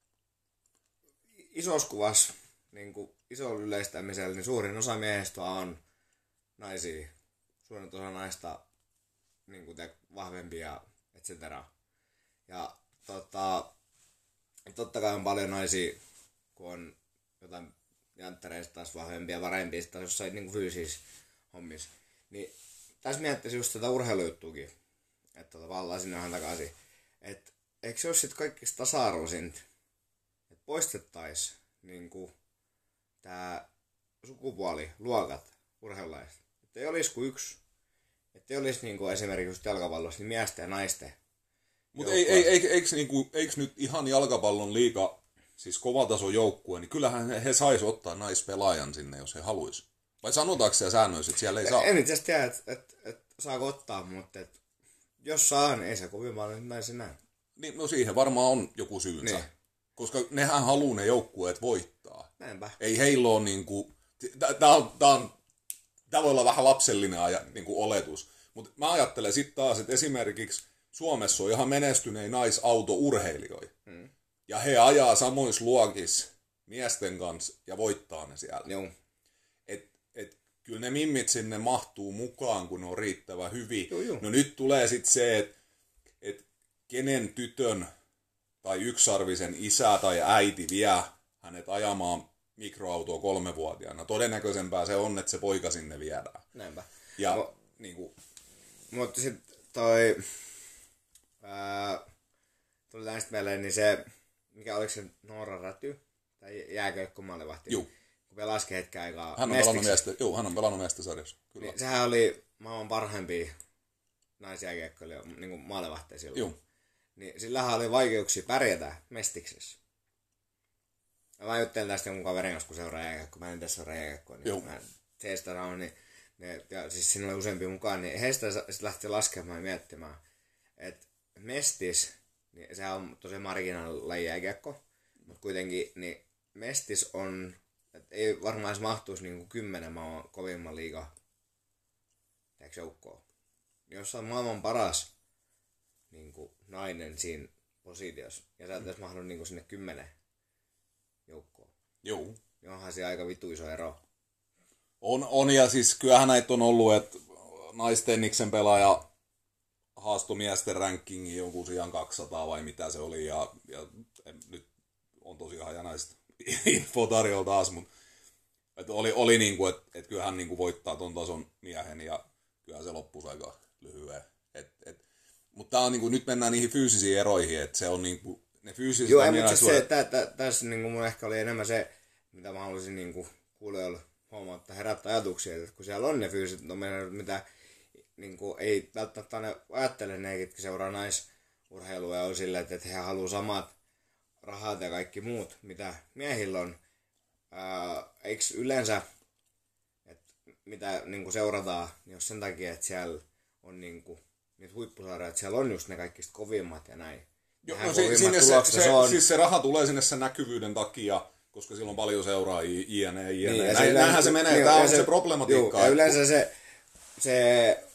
Speaker 1: isossa kuvassa, niinku isolla yleistämisellä, niin suurin osa miehistä on naisia. Suurin osa naista niin kuin te, vahvempia, et cetera. Ja tota, totta kai on paljon naisia, kun on jotain janttereista taas vahvempia, parempia, taas jossain niin kuin fyysisissä hommissa. Niin tässä miettisi just tätä urheilujuttuakin, että tota, vallaan sinne vähän takaisin. Että eikö se ole sitten kaikista tasa-arvoisinta, että poistettaisiin niin kuin tämä sukupuoliluokat urheilulajista. Että ei olisi kuin yksi. Että ei olisi niin kuin esimerkiksi jalkapallossa niin miesten ja naisten.
Speaker 2: Mutta ei, ei, ei, eikö, niinku, eikö nyt ihan jalkapallon liiga, siis kovatason joukkue, niin kyllähän he, he sais ottaa naispelaajan sinne, jos he haluaisi. Vai sanotaanko siellä säännöissä, että siellä ei saa?
Speaker 1: En itse asiassa tiedä, että et, et, saako ottaa, mutta et, jos saa, niin ei se kovin paljon naisen näy.
Speaker 2: Niin, no siihen varmaan on joku syynsä. Niin. Koska nehän haluaa ne joukkueet voittaa.
Speaker 1: Näinpä.
Speaker 2: Ei heillä ole niinku, tää on, tää on Tämä voi olla vähän lapsellinen aja, niin kuin oletus. Mutta mä ajattelen sitten taas, että esimerkiksi Suomessa on ihan menestyneen naisautourheilijoita. Hmm. Ja he ajaa samoissa luokissa miesten kanssa ja voittaa ne siellä.
Speaker 1: Joo.
Speaker 2: Et, et, kyllä ne mimmit sinne mahtuu mukaan, kun ne on riittävän hyviä.
Speaker 1: Joo, joo.
Speaker 2: No nyt tulee sitten se, että et kenen tytön tai yksarvisen isä tai äiti vie hänet ajamaan mikroautoa kolmevuotiaana. Todennäköisempää se on, että se poika sinne viedään.
Speaker 1: Näinpä.
Speaker 2: Ja no, niinku...
Speaker 1: Mutta sitten toi... Ää, tuli näistä meille, niin se... Mikä oliko se Noora Räty? Tai jääköikko maalivahti?
Speaker 2: Juu.
Speaker 1: Kun pelasikin hetken aikaa
Speaker 2: hän on pelannut miestä, juu, hän on pelannut miestä sarjassa. Kyllä.
Speaker 1: Niin, sehän oli maailman parhaimpia naisjääkiekkoilija, niin kuin maalevahteja silloin.
Speaker 2: Joo.
Speaker 1: Niin sillähän oli vaikeuksia pärjätä mestiksessä. Ja mä juttelin tästä jonkun kaverin kanssa, kun seuraa jääkiekkoa. Mä en tässä seuraa jääkiekkoa, niin Joo. mä heistä sanoin, niin ne, ja siis siinä oli useampi mukaan, niin heistä sitten lähti laskemaan ja miettimään, että mestis, niin sehän on tosi marginaalinen laji jääkiekko, mutta kuitenkin niin mestis on, että ei varmaan edes mahtuisi niin kuin kymmenen maan kovimman liiga joukkoon. Jos on maailman paras niin kuin nainen siinä positiossa, ja sä et edes mahdu niin kuin sinne kymmenen joukkoon.
Speaker 2: Joo.
Speaker 1: Niin onhan se aika vitu iso ero.
Speaker 2: On, on ja siis kyllähän näitä on ollut, että naistenniksen pelaaja haastoi miesten rankingin jonkun sijaan kaksisataa vai mitä se oli, ja, ja nyt on tosi hajanaista info tarjolla taas, mutta oli, oli niin kuin, että et kyllähän niin kuin voittaa ton tason miehen, ja kyllähän se loppuisi aika lyhyen. Mutta tää on niin kuin, nyt mennään niihin fyysisiin eroihin, että se on niin kuin, ne fyysiset
Speaker 1: Joo, mutta se, tä, tä, tässä niin kuin mun ehkä oli enemmän se, mitä mä haluaisin niin kuin kuulijoille huomauttaa, herättää ajatuksia, että kun siellä on ne fyysiset numerot, mitä niin kuin, ei välttämättä ne ajattele ne, ketkä seuraa naisurheilua ja on silleen, että he haluaa samat rahat ja kaikki muut, mitä miehillä on. Ää, eikö yleensä, että mitä niin kuin seurataan, niin jos sen takia, että siellä on niin kuin, niitä huippusarjoja, että siellä on just ne kaikista kovimmat ja näin.
Speaker 2: Joo, no si- sinne se, se, se, on... siis se raha tulee sinne sen näkyvyyden takia, koska silloin on paljon seuraajia, jne, jne. Niin, Näin, se, näinhän se menee, niin, tämä on se, se problematiikka.
Speaker 1: Joo, ja yleensä se, se,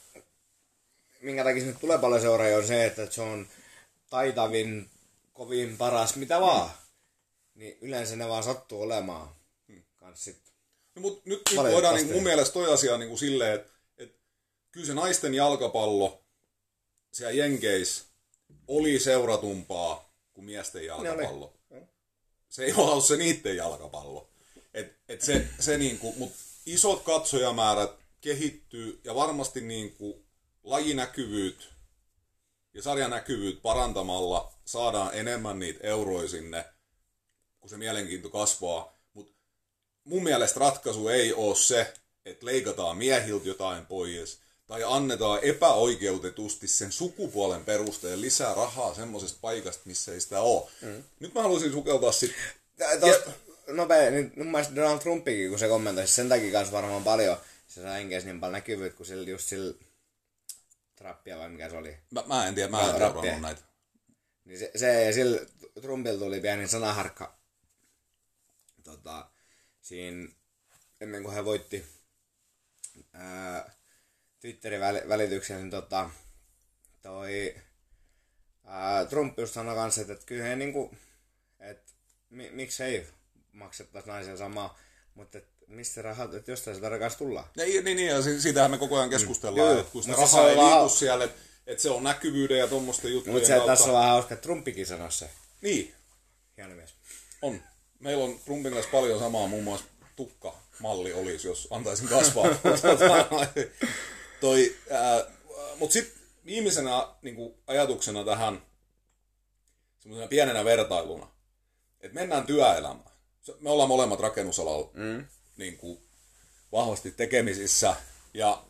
Speaker 1: minkä takia sinne tulee paljon seuraajia, on se, että se on taitavin, kovin, paras, mitä vaan. Niin yleensä ne vaan sattuu olemaan. Hmm. Kans sit.
Speaker 2: No, mut nyt, nyt voidaan niin, mun mielestä toi asia niin kuin silleen, että, että kyllä se naisten jalkapallo siellä Jenkeissä oli seuratumpaa kuin miesten jalkapallo. Se ei ole se niiden jalkapallo. Et, et se, se niinku, mut isot katsojamäärät kehittyy ja varmasti niinku lajinäkyvyyt ja sarjanäkyvyyt parantamalla saadaan enemmän niitä euroja sinne, kun se mielenkiinto kasvaa. Mut mun mielestä ratkaisu ei ole se, että leikataan miehiltä jotain pois tai annetaan epäoikeutetusti sen sukupuolen perusteella lisää rahaa semmoisesta paikasta, missä ei sitä ole. Mm. Nyt mä haluaisin sukeltaa sitten.
Speaker 1: Ja... Nopea, niin mun mielestä Donald Trumpikin, kun se kommentoi, sen takia kanssa varmaan paljon, se saa enkeis niin paljon näkyvyyttä, kun sillä just sillä trappia vai mikä se oli.
Speaker 2: Mä, mä en tiedä, mä en tiedä näitä.
Speaker 1: Niin se, se ja sillä Trumpilla tuli pieni sanaharkka tota, siinä, ennen kuin he voitti ää, Twitterin välityksellä, niin tota, toi ää, Trump just sanoi kanssa, että, että kyllä he niinku, että mi, miksei maksettaisi naisille samaa, mutta että mistä rahat, että jostain se tarvitsee tulla.
Speaker 2: Niin, niin, niin, ja siitähän me koko ajan keskustellaan, mm. että kun sitä rahaa ei liiku vähän... siellä, että, että se on näkyvyyden ja tuommoisten juttujen
Speaker 1: mutta se tässä on vähän hauska, että Trumpikin sanoi se.
Speaker 2: Niin.
Speaker 1: Hieno mies.
Speaker 2: On. Meillä on Trumpin kanssa paljon samaa, muun muassa tukkamalli olisi, jos antaisin kasvaa. Toi, äh, mutta sitten viimeisenä niin kuin ajatuksena tähän semmoisena pienenä vertailuna, että mennään työelämään. Me ollaan molemmat rakennusalalla mm. niin kuin vahvasti tekemisissä ja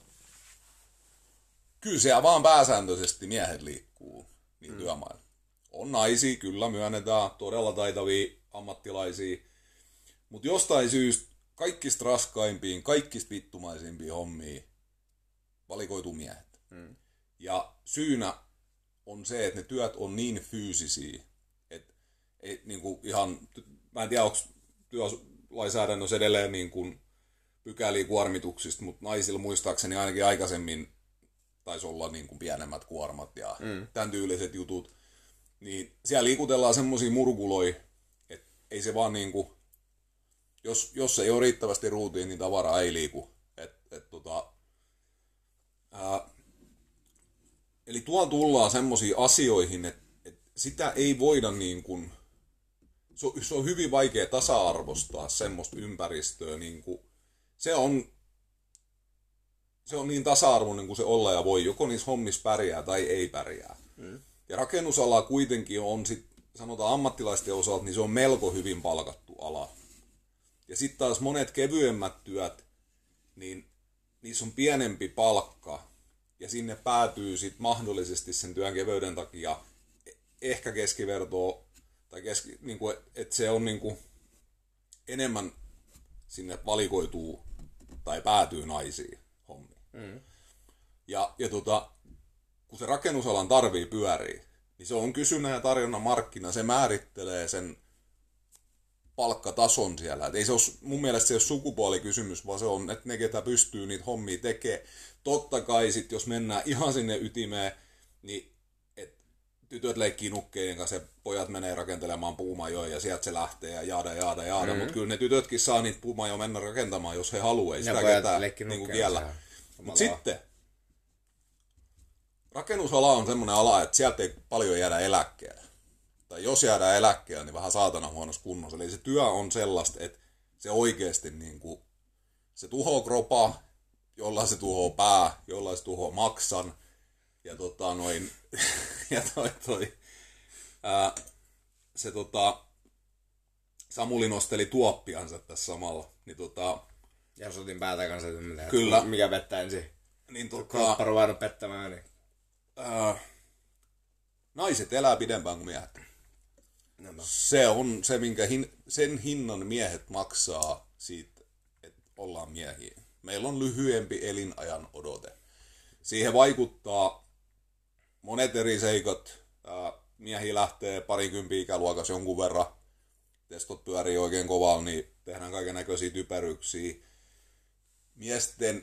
Speaker 2: kyllä siellä vaan pääsääntöisesti miehet liikkuu niin mm. työmailla. On naisia, kyllä myönnetään, todella taitavia ammattilaisia, mutta jostain syystä kaikista raskaimpiin, kaikista vittumaisimpiin hommiin valikoituu miehet. Mm. Ja syynä on se, että ne työt on niin fyysisiä, että ei, niin kuin ihan, mä en tiedä, onko työlainsäädännössä edelleen niin kuin pykäliä kuormituksista, mutta naisilla muistaakseni ainakin aikaisemmin taisi olla niin kuin pienemmät kuormat ja mm. tämän tyyliset jutut. Niin siellä liikutellaan semmosia murkuloja, että ei se vaan niin kuin, jos, jos ei ole riittävästi ruutiin, niin tavara ei liiku. Et, et, tota, ää, eli tuolla tullaan semmoisiin asioihin, että et sitä ei voida niin kuin, se on, se on hyvin vaikea tasa-arvostaa semmoista ympäristöä. Niin kuin, se, on, se on niin tasa-arvoinen kuin se olla ja voi. Joko niissä hommissa pärjää tai ei pärjää. Mm. Ja rakennusala kuitenkin on, sit, sanotaan ammattilaisten osalta, niin se on melko hyvin palkattu ala. Ja sitten taas monet kevyemmät työt, niin niissä on pienempi palkka. ja sinne päätyy sit mahdollisesti sen työn keveyden takia ehkä keskivertoa, tai keski, niinku, että et se on niinku enemmän sinne valikoituu tai päätyy naisiin hommiin. Mm. Ja, ja tota, kun se rakennusalan tarvii pyörii, niin se on kysynnän ja tarjonnan markkina, se määrittelee sen palkkatason siellä. Et ei se ole, mun mielestä se ei ole sukupuolikysymys, vaan se on, että ne, ketä pystyy niitä hommia tekemään. Totta kai sit, jos mennään ihan sinne ytimeen, niin et tytöt leikkii nukkeiden kanssa ja pojat menee rakentelemaan puumajoja ja sieltä se lähtee ja jaada, jaada, jaada. Mm-hmm. Mutta kyllä ne tytötkin saa niitä puumajoja mennä rakentamaan, jos he haluaa. Ei sitä ketään niin kiellä. Mutta sitten rakennusala on semmoinen ala, että sieltä ei paljon jäädä eläkkeelle. Tai jos jäädään eläkkeelle, niin vähän saatana huonossa kunnossa. Eli se työ on sellaista, että se oikeasti niin kuin, se tuhoaa kropaa, jollain se tuhoaa pää, jollain se tuhoaa maksan. Ja tota noin, ja toi toi, ää, se tota, Samuli nosteli tuoppiansa tässä samalla. Niin tota,
Speaker 1: ja sotin päätä kanssa, että
Speaker 2: kyllä.
Speaker 1: Mikä vettä ensin.
Speaker 2: Niin tota,
Speaker 1: kroppa ruvennut pettämään, niin.
Speaker 2: Ää, naiset elää pidempään kuin miehet. No. Se on se, minkä hin, sen hinnan miehet maksaa siitä, että ollaan miehiä. Meillä on lyhyempi elinajan odote. Siihen vaikuttaa monet eri seikat. Miehiä lähtee parikymppiä ikäluokassa jonkun verran. Testot pyörii oikein kovalla, niin tehdään kaiken näköisiä typeryksiä. Miesten...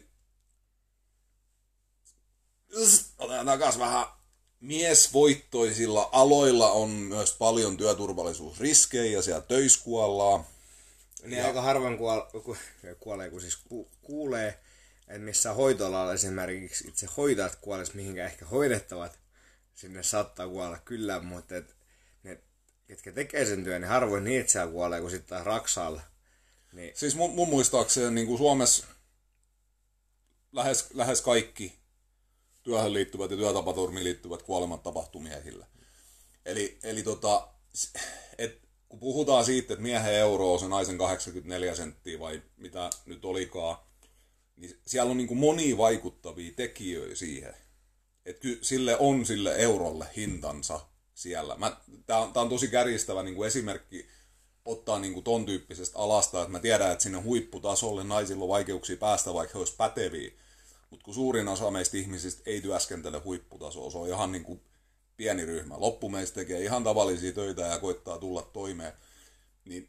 Speaker 2: Otetaan takas vähän. Miesvoittoisilla aloilla on myös paljon työturvallisuusriskejä ja siellä töissä kuollaan.
Speaker 1: Niin ja aika harvoin kuole, ku, kuolee, kun siis ku, kuulee, että missä hoitolalla esimerkiksi itse hoitajat kuolisi, mihinkä ehkä hoidettavat, sinne saattaa kuolla kyllä, mutta et, ne, ketkä tekee sen työn, niin harvoin niitä siellä kuolee, kun sitten taas Raksaalla. Niin.
Speaker 2: Siis mun, mun muistaakseni niin kuin Suomessa lähes, lähes kaikki työhön liittyvät ja työtapaturmiin liittyvät kuolemat tapahtuu miehillä. Eli, eli tota, et, kun puhutaan siitä, että miehen euro on se naisen kahdeksankymmentäneljä senttiä vai mitä nyt olikaan, niin siellä on niin kuin monia vaikuttavia tekijöitä siihen. Että ky, sille on sille eurolle hintansa siellä. Tämä on, on tosi kärjistävä niin kuin esimerkki ottaa niin kuin ton tyyppisestä alasta, että mä tiedän, että sinne huipputasolle naisilla on vaikeuksia päästä, vaikka he olisivat päteviä. Mutta kun suurin osa meistä ihmisistä ei työskentele huipputasoa, se on ihan niin kuin pieni ryhmä. Loppu meistä tekee ihan tavallisia töitä ja koittaa tulla toimeen. Niin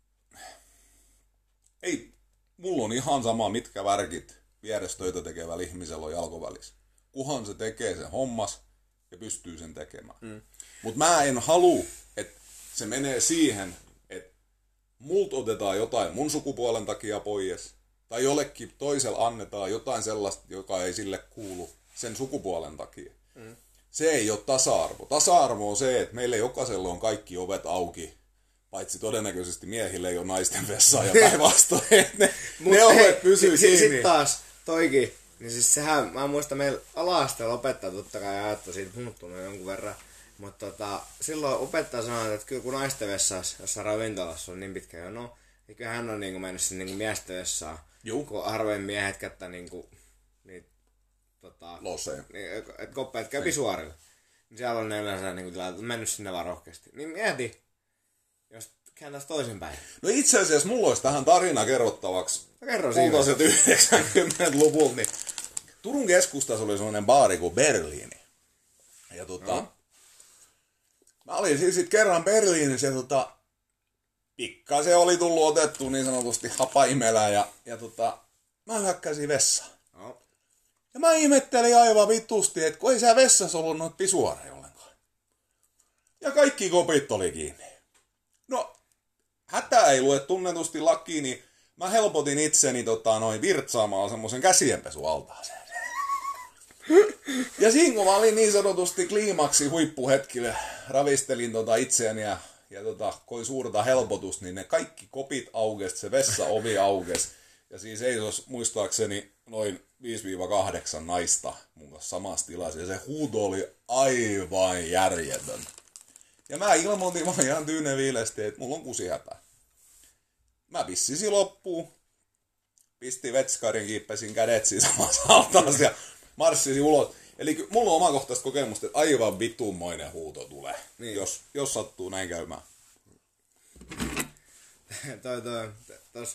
Speaker 2: ei, mulla on ihan sama, mitkä värkit vieressä töitä tekevällä ihmisellä on jalkovälissä. Kuhan se tekee sen hommas ja pystyy sen tekemään. Mm. Mutta mä en halua, että se menee siihen, että multa otetaan jotain mun sukupuolen takia pois. Tai jollekin toisella annetaan jotain sellaista, joka ei sille kuulu sen sukupuolen takia. Mm. Se ei ole tasa-arvo. Tasa-arvo on se, että meille jokaisella on kaikki ovet auki. Paitsi todennäköisesti miehille ei ole naisten vessaa ja päinvastoin. Ne, ne ovet pysyy
Speaker 1: s-
Speaker 2: kiinni.
Speaker 1: Sitten taas toikin. Niin siis sehän, mä muistan meillä ala-asteella opettaja totta kai ajattoi siitä muuttunut jonkun verran. Mutta tota, silloin opettaja sanoi, että kyllä kun naisten vessassa, jossain ravintolassa on niin pitkä jono, niin kyllä hän on niinku mennyt sinne niinku miesten vessaan. Juu. Kun harvoin miehet käyttää niinku niitä tota,
Speaker 2: Loseja.
Speaker 1: Niin, että koppeet käy pisuaarilla. Niin siellä on ne yleensä niinku tilat, mennyt sinne vaan rohkeasti. Niin mieti, jos kääntäisi toisinpäin.
Speaker 2: No itse asiassa mulla olisi tähän tarina kerrottavaksi.
Speaker 1: No kerro
Speaker 2: kultaiset yhdeksänkymmentäluvulta. Niin Turun keskustassa oli sellainen baari kuin Berliini. Ja tota, no. Mä olin siis sit kerran Berliinissä ja tota, pikkasen oli tullut otettu niin sanotusti hapaimelä ja, ja tota, mä hyökkäsin vessaan. No. Ja mä ihmettelin aivan vitusti, että kun ei siellä vessassa ollut noita pisuareja ollenkaan. Ja kaikki kopit oli kiinni. No, hätä ei lue tunnetusti lakiin, niin mä helpotin itseni tota, noin virtsaamaan semmoisen käsienpesualtaaseen. Ja siinä kun mä olin niin sanotusti kliimaksi huippuhetkille, ravistelin tota itseäni ja, ja tota, koin suurta helpotusta, niin ne kaikki kopit aukesi, se vessa-ovi aukesi. Ja siis ei olisi muistaakseni noin viisi kahdeksan naista mun kanssa samassa tilassa. Ja se huuto oli aivan järjetön. Ja mä ilmoitin vaan ihan tyyneviilesti, että mulla on kusihätä. Mä pissisin loppuun. Pisti vetskarin, kiippesin kädet siis samassa altaassa ja marssisi ulos. Eli mulla on omakohtaista kokemusta, että aivan vitummoinen huuto tulee, niin. jos, jos sattuu näin käymään.
Speaker 1: toi, toi, tos,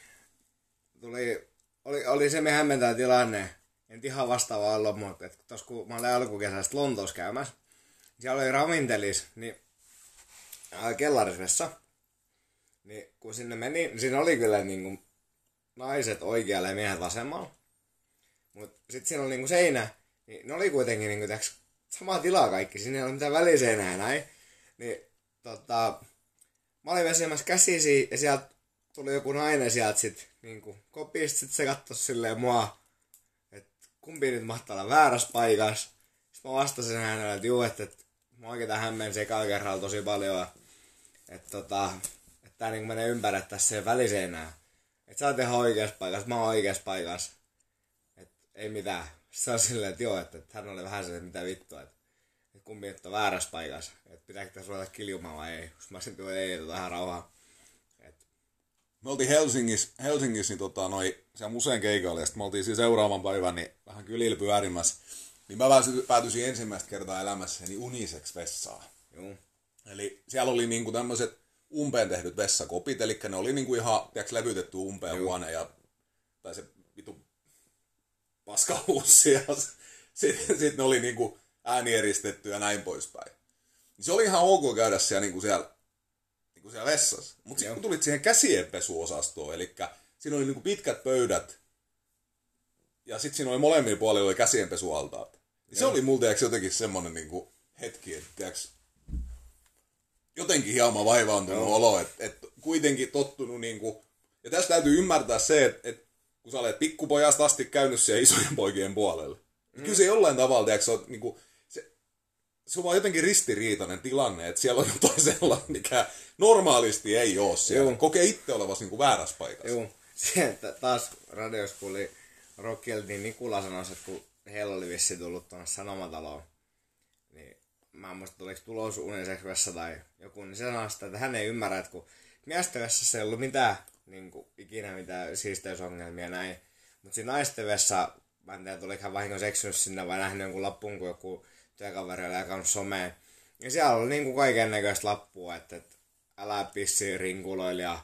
Speaker 1: tuli, oli, oli se me hämmentää tilanne. En ihan vastaava ollut, mutta et tos kun mä olin alkukesästä Lontoossa käymässä, siellä oli ravintelis, niin ää, kellarisvessa. Niin kun sinne meni, niin siinä oli kyllä niinku naiset oikealle ja miehet vasemmalla. Mut sit siinä oli niinku seinä, niin ne oli kuitenkin niinku täks samaa tilaa kaikki, siinä ei ole mitään väliseinää näin. Niin tota, mä olin vesimässä käsisi ja sieltä tuli joku nainen sieltä sit niinku kopista, sit se kattoi silleen mua, että kumpi nyt mahtaa olla väärässä paikassa. Sitten mä vastasin hänelle, että juu, että, että mä oikein tähän menisi ekalla kerralla tosi paljon, että tota, että tää niinku menee ympäri tässä siihen väliseinään. Että sä oot ihan oikeassa paikassa, mä oon oikeassa paikassa. Että ei mitään. Se on silleen, että joo, että, että hän oli vähän se, että mitä vittua, että, että kumpi nyt on väärässä paikassa. Että pitääkö tässä ruveta kiljumaan vai ei. Jos mä sitten ei, että vähän rauhaa. Et.
Speaker 2: Me oltiin Helsingissä, Helsingissä niin tota, noi, siellä museen keikalla, ja sitten me oltiin siinä seuraavan päivän niin vähän kylillä pyörimässä. Niin mä päätyisin ensimmäistä kertaa elämässäni uniseksi vessaan.
Speaker 1: Joo.
Speaker 2: Eli siellä oli niinku tämmöiset umpeen tehdyt vessakopit, eli ne oli niinku ihan, tiiäks, levytetty umpeen Joo. huone, ja, tai se vitu paskahuussi, ja sitten sit ne oli niinku äänieristetty ja näin poispäin. Se oli ihan ok käydä siellä, niinku siellä, niinku siellä vessassa. Mutta sitten kun tulit siihen käsienpesuosastoon, eli siinä oli niinku pitkät pöydät, ja sitten siinä oli molemmilla puolilla oli käsienpesualtaat. Niin se oli multa jotenkin semmonen niinku hetki, että tiiäks, jotenkin hieman vaivaantunut no. olo, että et kuitenkin tottunut niinku, ja tässä täytyy ymmärtää se, että et, kun sä olet pikkupojasta asti käynyt siellä isojen poikien puolelle, mm. kyllä se jollain tavalla, tiiäks, se on niinku, se, se on vaan jotenkin ristiriitainen tilanne, että siellä on jotain sellainen, mikä normaalisti ei ole siellä. Joo. Kokee itse olevasi niinku väärässä paikassa.
Speaker 1: Joo, se taas radiossa kuuli Rockilta, niin Nikula sanoi, että kun heillä oli vissi tullut tuonne Sanomataloon, niin mä en muista, oliko tulos uniseksi vessa tai joku, niin se sanoi sitä, että hän ei ymmärrä, että kun miesten vessassa ei ollut mitään, niin kuin, ikinä mitään siisteysongelmia näin, mutta siinä naisten vessa, mä en tiedä, oliko hän vahingossa eksynyt sinne vai nähnyt jonkun lappun, kun joku työkaveri oli jakanut someen, ja siellä oli niin kuin kaiken näköistä lappua, että, että älä pissi rinkuloilla ja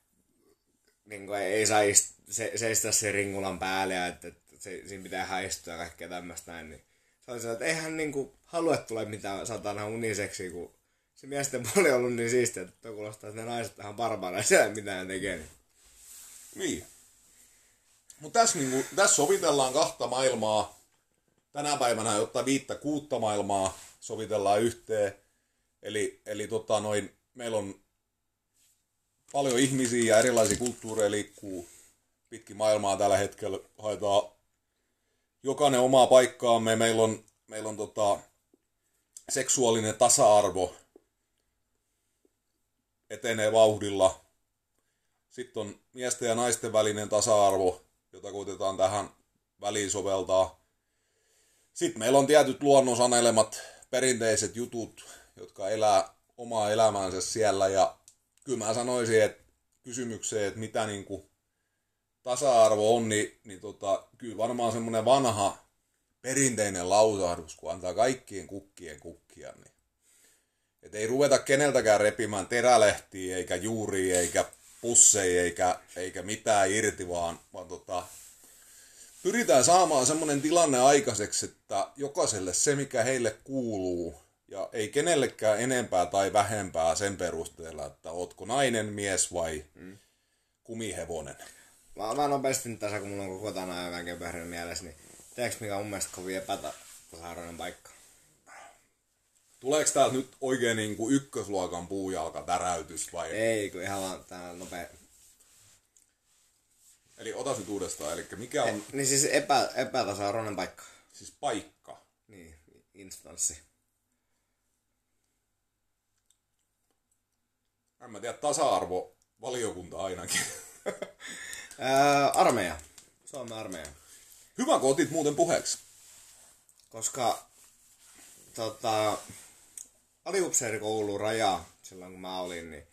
Speaker 1: niin kuin, ei saa ist, se, seistä sen rinkulan päälle ja että, että se, siinä pitää haistua ja kaikkea tämmöistä näin, niin se oli sellainen, että eihän niinku halua tulla mitään satana uniseksi, kun se miesten puoli on ollut niin siistiä, että tuo kuulostaa, että ne naiset tähän barbareja, siellä ei mitään tekee. Niin.
Speaker 2: niin. Mutta tässä, niinku, tässä sovitellaan kahta maailmaa. Tänä päivänä jotta viittä kuutta maailmaa sovitellaan yhteen. Eli, eli tota noin, meillä on paljon ihmisiä ja erilaisia kulttuureja liikkuu pitkin maailmaa tällä hetkellä. Haetaan jokainen omaa paikkaamme. Meillä on, meillä on tota, seksuaalinen tasa-arvo etenee vauhdilla. Sitten on miesten ja naisten välinen tasa-arvo, jota koitetaan tähän väliin soveltaa. Sitten meillä on tietyt luonnon sanelemat perinteiset jutut, jotka elää omaa elämäänsä siellä. Ja kyllä mä sanoisin, että kysymykseen, että mitä niin kuin tasa-arvo on, niin, niin tota, kyllä varmaan semmoinen vanha perinteinen lausahdus, kun antaa kaikkien kukkien kukkia, niin et ei ruveta keneltäkään repimään terälehtiä, eikä juuria, eikä pusseja, eikä, eikä mitään irti, vaan, vaan tota, pyritään saamaan semmoinen tilanne aikaiseksi, että jokaiselle se, mikä heille kuuluu, ja ei kenellekään enempää tai vähempää sen perusteella, että ootko nainen, mies vai mm. kumihevonen.
Speaker 1: Mä, mä nopeasti nyt tässä, kun mulla on koko tämän ajan kaiken pyörinyt mielessä, niin tiedätkö mikä on mun mielestä kovin epätasa-arvoinen paikka?
Speaker 2: Tuleeko täältä nyt oikein niin kuin ykkösluokan puujalkatäräytys vai?
Speaker 1: Ei, kun ihan vaan tää nopea.
Speaker 2: Eli otas nyt uudestaan, eli mikä on?
Speaker 1: E, niin siis epä, epätasa-arvoinen paikka.
Speaker 2: Siis paikka?
Speaker 1: Niin, instanssi.
Speaker 2: En mä tiedä, tasa-arvo valiokunta ainakin.
Speaker 1: Ää, armeija. Suomen armeija.
Speaker 2: Hyvä, kun otit muuten puheeksi.
Speaker 1: Koska tota, aliupseerikoulun raja, silloin kun mä olin, niin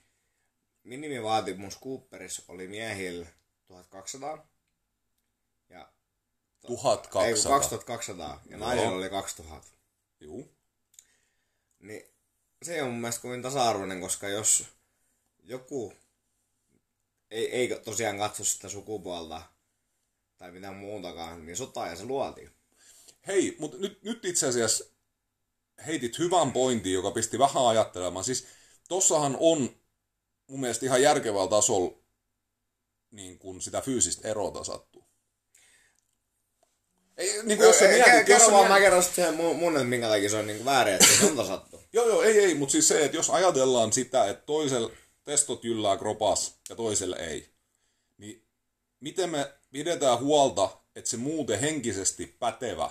Speaker 1: minimivaatimus Cooperissa oli miehillä tuhatkaksisataa. Ja
Speaker 2: tuhatkaksisataa.
Speaker 1: Ei, kun kaksituhattakaksisataa. Ja naisilla oli kaksituhatta.
Speaker 2: Juu.
Speaker 1: Niin se on mun mielestä kovin tasa-arvoinen, koska jos joku ei, ei tosiaan katso sitä sukupuolta tai mitään muutakaan, niin sota ja se luotiin.
Speaker 2: Hei, mutta nyt, nyt itse asiassa heitit hyvän pointin, joka pisti vähän ajattelemaan. Siis tossahan on mun mielestä ihan järkevällä tasolla niin kun sitä fyysistä eroa tasattu. Ei, niin kuin jos sä mietit,
Speaker 1: kerro
Speaker 2: jos
Speaker 1: vaan,
Speaker 2: mietit...
Speaker 1: mä kerron sitten mun, mun että minkä takia se on niin väärin, että se on tasattu.
Speaker 2: joo, joo, ei, ei, mutta siis se, että jos ajatellaan sitä, että toisella testot jyllää kropas ja toiselle ei, niin miten me pidetään huolta, että se muuten henkisesti pätevä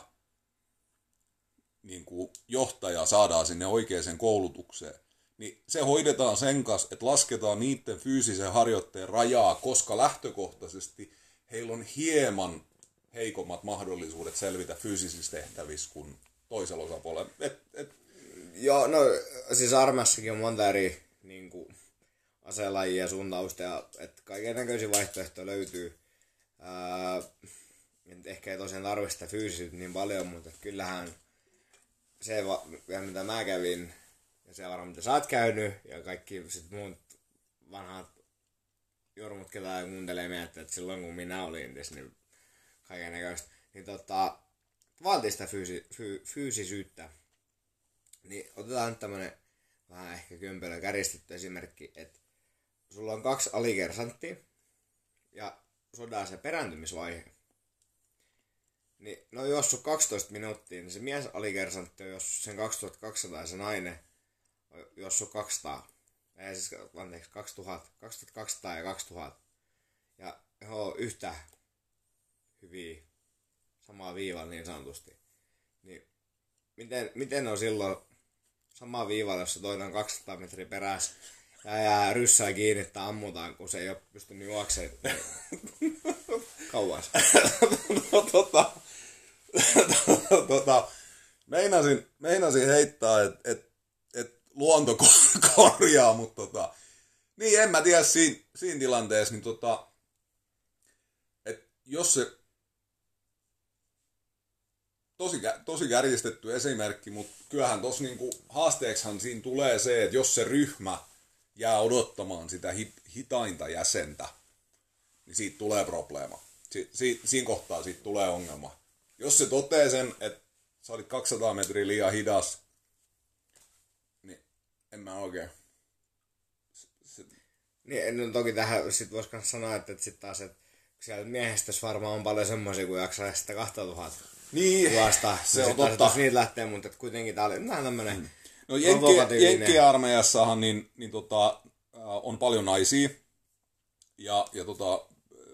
Speaker 2: niin kuin johtaja saadaan sinne oikeaan koulutukseen, niin se hoidetaan sen kanssa, että lasketaan niiden fyysisen harjoitteen rajaa, koska lähtökohtaisesti heillä on hieman heikommat mahdollisuudet selvitä fyysisissä tehtävissä kuin toisella osapuolella. Et, et...
Speaker 1: Joo, no siis armeijassakin on monta eri niin kuin, aselajia ja suuntausta, ja että kaiken näköisiä vaihtoehtoja löytyy. Ää, ehkä ei tosiaan tarvitse sitä fyysisyyttä niin paljon, mutta kyllähän se, mitä mä kävin, ja se varmaan mitä sä oot käynyt, ja kaikki sit muut vanhat jormut, ketä kuuntelee meitä, että silloin kun minä olin tässä, niin kaiken näköistä, niin tota, vaatii sitä fyysi, fy, fyysisyyttä. Niin otetaan nyt tämmönen vähän ehkä kömpelö kärjistetty esimerkki, että sulla on kaksi alikersanttia, ja sodaa se perääntymisvaihe. Niin no jos on kaksitoista minuuttia, niin se mies alikersantti on jos sen kaksituhattakaksisataa ja se nainen jos on kaksisataa. Ei siis, anteeksi, kaksituhatta, kaksituhattakaksisataa ja kaksituhatta. Ja he on yhtä hyviä, samaa viivalla niin sanotusti. Niin miten, miten on silloin samaa viivalla, jos toinen on kaksisataa metriä perässä ja jää ryssää kiinni tai ammutaan, kun se ei ole pystynyt juoksemaan kauas.
Speaker 2: no tota... tota, meinasin, meinasin heittää, että et, et luonto korjaa, mutta tota, niin en mä tiedä siinä, siinä tilanteessa, niin tota, että jos se, tosi, tosi kärjistetty esimerkki, mutta kyllähän tossa niinku haasteeksihan siinä tulee se, että jos se ryhmä jää odottamaan sitä hit, hitainta jäsentä, niin siitä tulee probleema. Si, si, siinä kohtaa siitä tulee ongelma. Jos se totee sen, että sä olit kaksisataa metriä liian hidas, niin en mä oikein. Se...
Speaker 1: Niin, no toki tähän sit vois kans sanoa, että, että sit taas, että siellä miehistössä varmaan on paljon semmoisia, kun jaksaa sitä kaksituhatta
Speaker 2: niin,
Speaker 1: juosta.
Speaker 2: se on
Speaker 1: taas,
Speaker 2: totta.
Speaker 1: Jos niitä lähtee, mutta kuitenkin tää oli vähän tämmönen mm.
Speaker 2: No Jenkki, Jenkki-armeijassahan niin, niin tota, on paljon naisia. Ja, ja tota,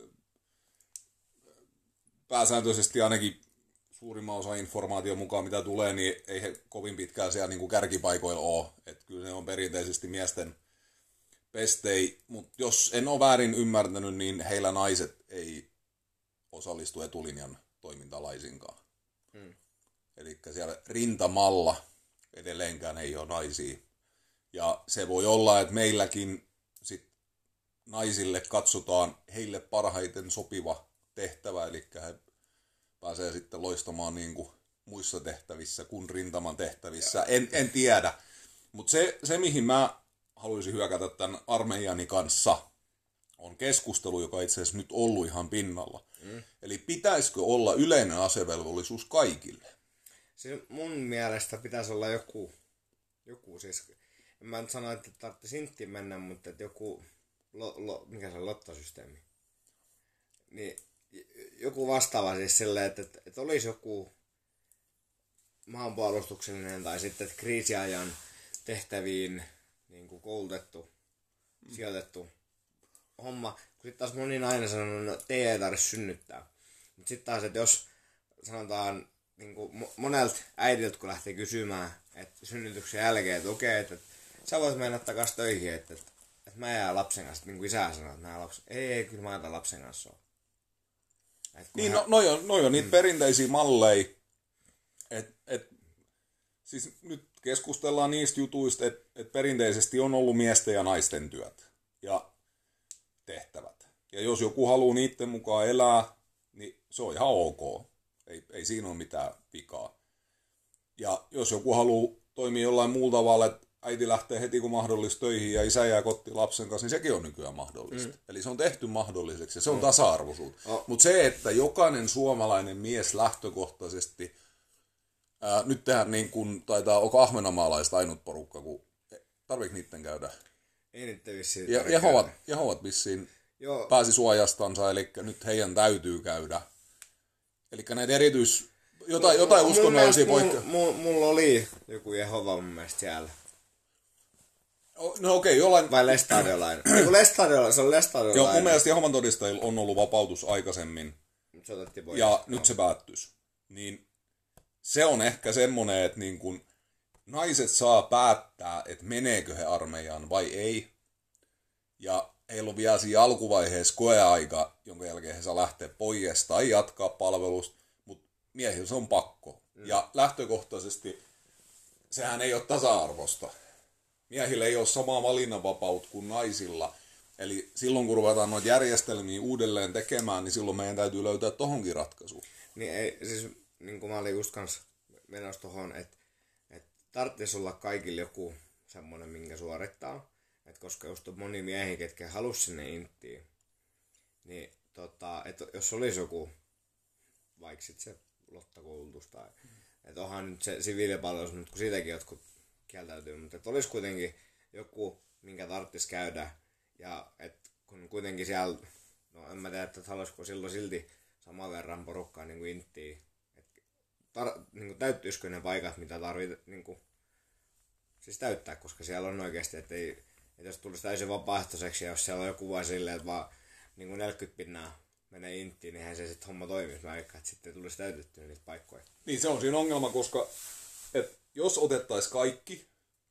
Speaker 2: pääsääntöisesti ainakin suurimman osa informaation mukaan, mitä tulee, niin ei he kovin pitkään siellä niin kuin kärkipaikoilla ole. Että kyllä ne on perinteisesti miesten pestei, mutta jos en ole väärin ymmärtänyt, niin heillä naiset ei osallistu etulinjan toimintaan laisinkaan. Hmm. Eli siellä rintamalla edelleenkään ei ole naisia. Ja se voi olla, että meilläkin sit naisille katsotaan heille parhaiten sopiva tehtävä, eli he pääsee sitten loistamaan niin kuin muissa tehtävissä kuin rintaman tehtävissä. En, en tiedä. Mutta se, se, mihin mä haluaisin hyökätä tämän armeijani kanssa, on keskustelu, joka itse asiassa nyt ollut ihan pinnalla. Mm. Eli pitäisikö olla yleinen asevelvollisuus kaikille?
Speaker 1: Siis mun mielestä pitäisi olla joku, joku siis, en mä nyt sano, että tarvitse sinttiin mennä, mutta että joku, lo, lo, mikä se on, lottosysteemi. Niin joku vastaava siis silleen, että, että, että olisi joku maanpuolustuksellinen tai sitten että kriisiajan tehtäviin niin kuin koulutettu, mm. sijoitettu homma. Kun sitten taas moni nainen sanoo, että te ei tarvitse synnyttää. Mutta sitten taas, että jos sanotaan niin kuin monelta äidiltä, kun lähtee kysymään, että synnytyksen jälkeen, että okei, että, että sä voit mennä takaisin töihin, että, että, että mä jään lapsen kanssa, niin kuin isä sanoo, että mä lapsen. Ei, ei, kyllä mä jätän lapsen kanssa ole.
Speaker 2: Niin, hän... no, noi on, noi on niitä mm. perinteisiä malleja, että et, siis nyt keskustellaan niistä jutuista, että et perinteisesti on ollut miesten ja naisten työt ja tehtävät. Ja jos joku haluaa niiden mukaan elää, niin se on ihan ok. Ei, ei siinä ole mitään vikaa. Ja jos joku haluaa toimia jollain muulla tavalla, että äiti lähtee heti kun mahdollista töihin ja isä jää kotiin lapsen kanssa, niin sekin on nykyään mahdollista. Mm. Eli se on tehty mahdolliseksi ja se on mm. tasa-arvoisuutta. Oh. Mutta se, että jokainen suomalainen mies lähtökohtaisesti, ää, nyt tehdään niin kuin, taitaa, onko ahvenanmaalaista ainut porukka, kun tarviiko niiden käydä?
Speaker 1: Ei niiden vissiin.
Speaker 2: Ja, Jehovat, Jehovat vissiin Joo. pääsi suojastansa, eli nyt heidän täytyy käydä. Eli näitä erityis... Jotain,
Speaker 1: no,
Speaker 2: jotain uskonnollisia
Speaker 1: poikkeuksia. Mulla, mulla oli joku Jehova mun mielestä siellä.
Speaker 2: No okei, okay, jollain...
Speaker 1: Vai lestadiolainen? Joku lestadiolainen, se on lestadiolainen.
Speaker 2: Joo, mun mielestä Jehovan todistajilla on ollut vapautus aikaisemmin.
Speaker 1: Se otettiin pois.
Speaker 2: Ja
Speaker 1: no.
Speaker 2: nyt se päättyisi. Niin se on ehkä semmoinen, että niin kun naiset saa päättää, että meneekö he armeijaan vai ei. Ja heillä on vielä siinä alkuvaiheessa koeaika, jonka jälkeen he saa lähteä pois tai jatkaa palvelusta. Mutta miehillä se on pakko. Mm. Ja lähtökohtaisesti sehän ei ole tasa-arvosta. Miehillä ei ole samaa valinnanvapautta kuin naisilla. Eli silloin kun ruvetaan noita järjestelmiä uudelleen tekemään, niin silloin meidän täytyy löytää tohonkin ratkaisu.
Speaker 1: Niin ei, siis niin kuin mä olin just kanssa menossa tohon, että et tarvitsisi olla kaikille joku semmoinen, minkä suorittaa. Et koska just on moni miehi, ketkä halusi sinne inttiin, niin tota, et jos olisi joku, vaikka sit se lottakoulutus tai, mm. että onhan nyt se siviilipalvelus, mutta kun siitäkin jotkut kieltäytyy, mutta että olisi kuitenkin joku, minkä tarvitsisi käydä, ja että kun kuitenkin siellä, no en mä tiedä, että haluaisiko silloin silti saman verran porukkaa niin kuin inttiin, että tar- niin kuin täyttyisikö ne paikat, mitä tarvitsee niin kuin, siis täyttää, koska siellä on oikeasti, että ei, että jos tulisi täysin vapaaehtoiseksi, ja jos siellä on joku vaan silleen, että vaan niin kuin neljäkymmentä pinnaa menee inttiin, niin eihän se sitten homma toimisi, mä veikkaan, että sitten tulisi täytettyä niitä paikkoja.
Speaker 2: Niin se on siinä ongelma, koska että jos otettaisiin kaikki,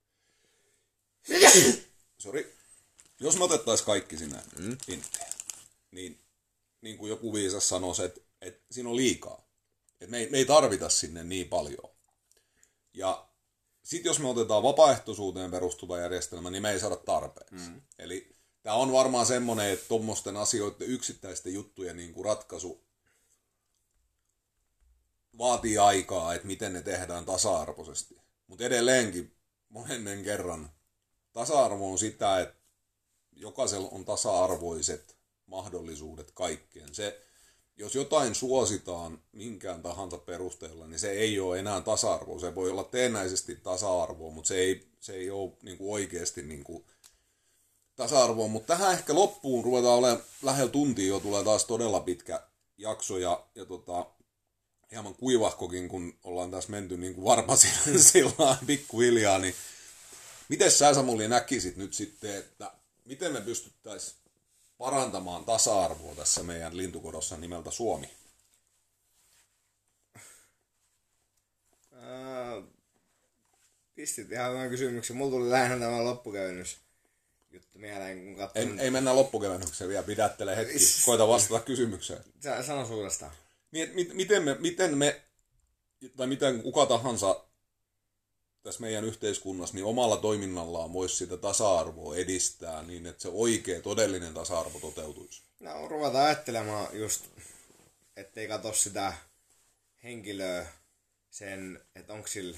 Speaker 2: Sori. Jos me otettaisiin kaikki sinne mm. inttiin, niin, niin kuin joku viisas sanoisi, että, että siinä on liikaa. Että me ei, me ei tarvita sinne niin paljon. Ja sitten jos me otetaan vapaaehtoisuuteen perustuva järjestelmä, niin me ei saada tarpeeksi. Mm. Eli tämä on varmaan semmoinen, että tuommoisten asioiden yksittäisten juttujen niin kuin ratkaisu vaatii aikaa, että miten ne tehdään tasa-arvoisesti. Mutta edelleenkin monennen kerran tasa-arvo on sitä, että jokaisella on tasa-arvoiset mahdollisuudet kaikkeen. Se, jos jotain suositaan minkään tahansa perusteella, niin se ei ole enää tasa-arvoa. Se voi olla teennäisesti tasa-arvoa, mutta se ei, se ei ole niin kuin oikeasti niin kuin tasa-arvoa. Mutta tähän ehkä loppuun ruvetaan olemaan lähellä tuntia jo, tulee taas todella pitkä jakso ja, ja tota, hieman kuivahkokin, kun ollaan tässä menty niin kuin varpasilla sillä pikkuhiljaa, niin miten sä, Samuli, näkisit nyt sitten, että miten me pystyttäisiin parantamaan tasa-arvoa tässä meidän lintukodossa nimeltä Suomi?
Speaker 1: Äh, pistit ihan hyvän kysymyksen. Mulla tuli lähinnä tämä loppukevennys juttu mieleen, kun katsoin.
Speaker 2: Ei, ei mennä loppukevennykseen vielä, pidättele hetki. Koita vastata kysymykseen.
Speaker 1: Sä sano suorastaan.
Speaker 2: Niin, mit, miten me, miten me, tai miten kuka tahansa tässä meidän yhteiskunnassa, niin omalla toiminnallaan voisi sitä tasa-arvoa edistää niin, että se oikea, todellinen tasa-arvo toteutuisi?
Speaker 1: No, ruvetaan ajattelemaan just, ettei katso sitä henkilöä sen, että onko sillä,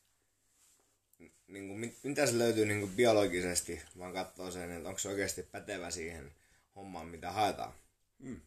Speaker 1: niin kuin, mitä se löytyy niin kuin biologisesti, vaan katsoo sen, että onko se oikeasti pätevä siihen hommaan, mitä haetaan. Hmm.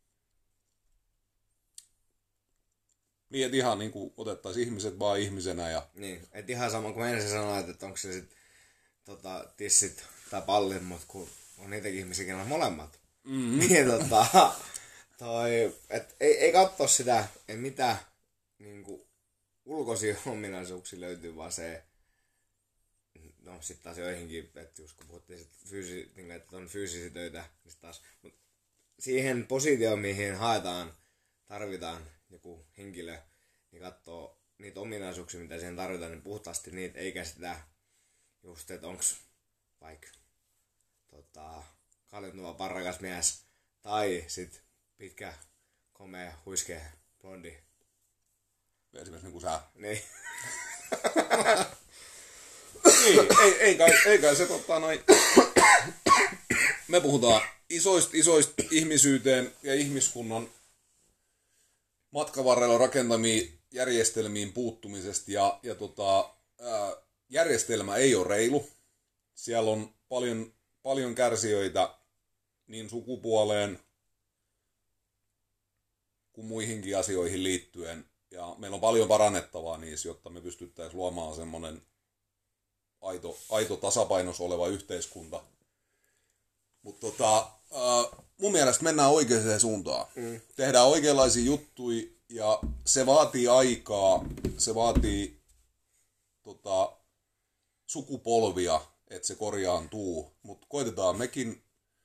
Speaker 2: Niin, että ihan niin kuin otettaisiin ihmiset vaan ihmisenä. Ja...
Speaker 1: Niin, että ihan sama kuin ensin sanoit, että onko se sitten tota, tissit tai pallit, mutta kun on niitäkin ihmisiä, kenellä on molemmat. Mm-hmm. Niin tota, toi, et ei, ei katso sitä, että mitä niin kuin, ulkoisia ominaisuuksia löytyy, vaan se, no sitten taas joihinkin, että just kun puhuttiin sit fyysi, niin, että on fyysisiä töitä, niin taas, mutta siihen positioon, mihin haetaan, tarvitaan joku henkilö, niin katsoo niitä ominaisuuksia, mitä siihen tarvitaan, niin puhtaasti niitä, eikä sitä just, että onks vaikka tota, kaljentuva parrakas mies, tai sit pitkä, komea, huiskea, blondi.
Speaker 2: Esimerkiksi niin kuin sä.
Speaker 1: Niin.
Speaker 2: Niin, ei, ei, kai, ei kai se totta noin. Me puhutaan isoista, isoista ihmisyyteen ja ihmiskunnan matkavarrella rakentamiin järjestelmiin puuttumisesta ja, ja tota, ää, järjestelmä ei ole reilu. Siellä on paljon, paljon kärsijöitä niin sukupuoleen kuin muihinkin asioihin liittyen. Ja meillä on paljon parannettavaa niissä, jotta me pystyttäisiin luomaan semmoinen aito, aito tasapainos oleva yhteiskunta. Mutta tota, äh, mun mielestä mennään oikeaan suuntaan. Mm. Tehdään oikeanlaisia juttuja ja se vaatii aikaa, se vaatii tota, sukupolvia, että se korjaantuu. Mutta koitetaan mekin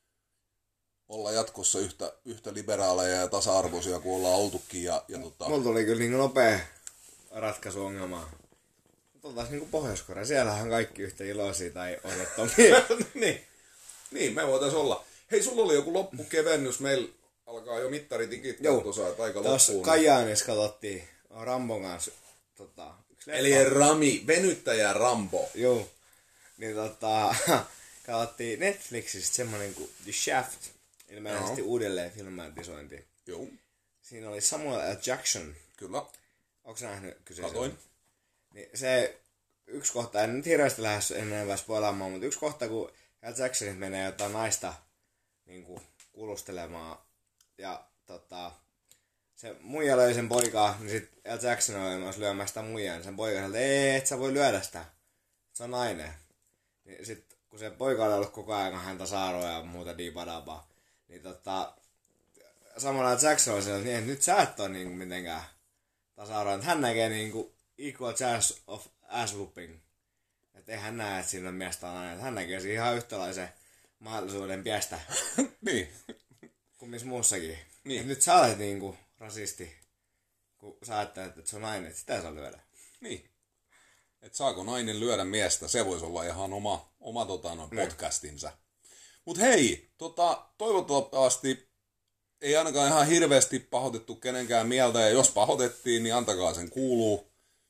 Speaker 2: olla jatkossa yhtä, yhtä liberaaleja ja tasa-arvoisia kuin ollaan oltukin. Ja, ja tota...
Speaker 1: Mulla tuli kyllä niin nopea ratkaisu ongelmaan. Oltaisiin niin kuin Pohjois-Korea. Siellähän on kaikki yhtä iloisia tai onnettomia.
Speaker 2: niin. niin, me voitaisiin olla. Hei, sulla oli joku loppukevennys. Meillä alkaa jo mittari tikittää tuossa, että aika
Speaker 1: tuossa
Speaker 2: loppuun.
Speaker 1: Kajaanissa katsottiin Rambon kanssa. Tota,
Speaker 2: Eli Rami, venyttäjä Rambo.
Speaker 1: Joo. Niin tota, katsottiin Netflixistä semmonen kuin The Shaft. Ilmeisesti no. uudelleen filmatisointi.
Speaker 2: Joo.
Speaker 1: Siinä oli Samuel L. Jackson.
Speaker 2: Kyllä.
Speaker 1: Onko sä nähnyt kyseisen?
Speaker 2: Katoin.
Speaker 1: Niin se yksi kohta, en nyt hirveästi lähes enemmän spoilaamaan, mutta yksi kohta, kun L. Jacksonit menee jotain naista niin kuin, kuulustelemaan ja tota, se muija löi sen poikaa, niin sit L. Jackson oli myös lyömään sitä muijaa, niin sen poika sanoi, että ei, et sä voi lyödä sitä, se on nainen. Niin sit kun se poika oli ollut koko ajan häntä saaroa ja muuta diibadabaa, niin tota, samalla Jackson oli sellainen, niin, että nyt sä et ole niin kuin mitenkään tasa-arvoinen, että hän näkee niin kuin equal chance of ass whooping. Että ei hän näe, että siinä on miestä on aina. Hän näkee siinä ihan yhtälaisen mahdollisuuden piestä.
Speaker 2: niin.
Speaker 1: Kuin missä muussakin.
Speaker 2: Niin.
Speaker 1: Et nyt sä olet niinku rasisti, kun sä ajattelet, että se on nainen, että sitä saa lyödä.
Speaker 2: Niin. Että saako nainen lyödä miestä, se voisi olla ihan oma, oma tota, no, podcastinsa. Mut hei, tota, toivottavasti ei ainakaan ihan hirveästi pahoitettu kenenkään mieltä, ja jos pahoitettiin, niin antakaa sen kuuluu.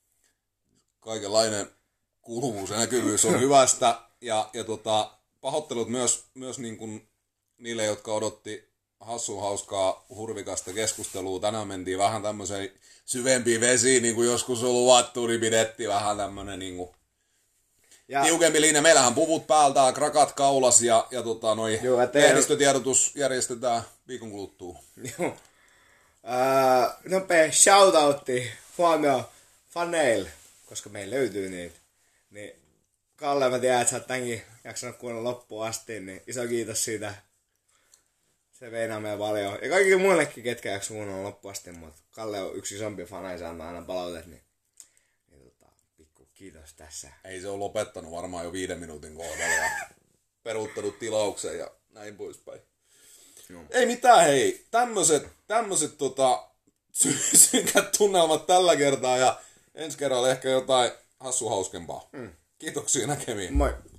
Speaker 2: Kaikenlainen kuuluvuus ja näkyvyys on hyvästä, ja, ja tota, pahoittelut myös, myös niin kuin niille, jotka odotti hassun hauskaa hurvikasta keskustelua. Tänään mentiin vähän tämmöiseen syvempiin vesiin, niin kuin joskus on luvattu, niin pidettiin vähän tämmöinen niin kuin ja tiukempi linja. Meillähän puvut päältä, krakat kaulas ja, ja tota, noi lehdistötiedotus järjestetään viikon kuluttua.
Speaker 1: Joo. Uh, nopea shoutoutti, huomio, faneille, koska meillä löytyy niitä. Niin Kalle, mä tiedän, että sä oot tämänkin jaksanut kuunnella loppuun asti, niin iso kiitos siitä. Se veinaa meidän paljon. Ja kaikille muillekin, ketkä jaksanut kuunnella loppuun asti, mutta Kalle on yksi isompi fana ja se antaa aina palautet, niin, niin tota, pikku kiitos tässä.
Speaker 2: Ei se ole lopettanut varmaan jo viiden minuutin kohdalla ja peruuttanut tilauksen ja näin poispäin. No. Ei mitään, hei. Tämmöiset tämmöset, tota, sy- synkät tunnelmat tällä kertaa ja ensi kerralla ehkä jotain hassu hauskempaa. Mm. Kiitoksia näkemiin.
Speaker 1: Moi.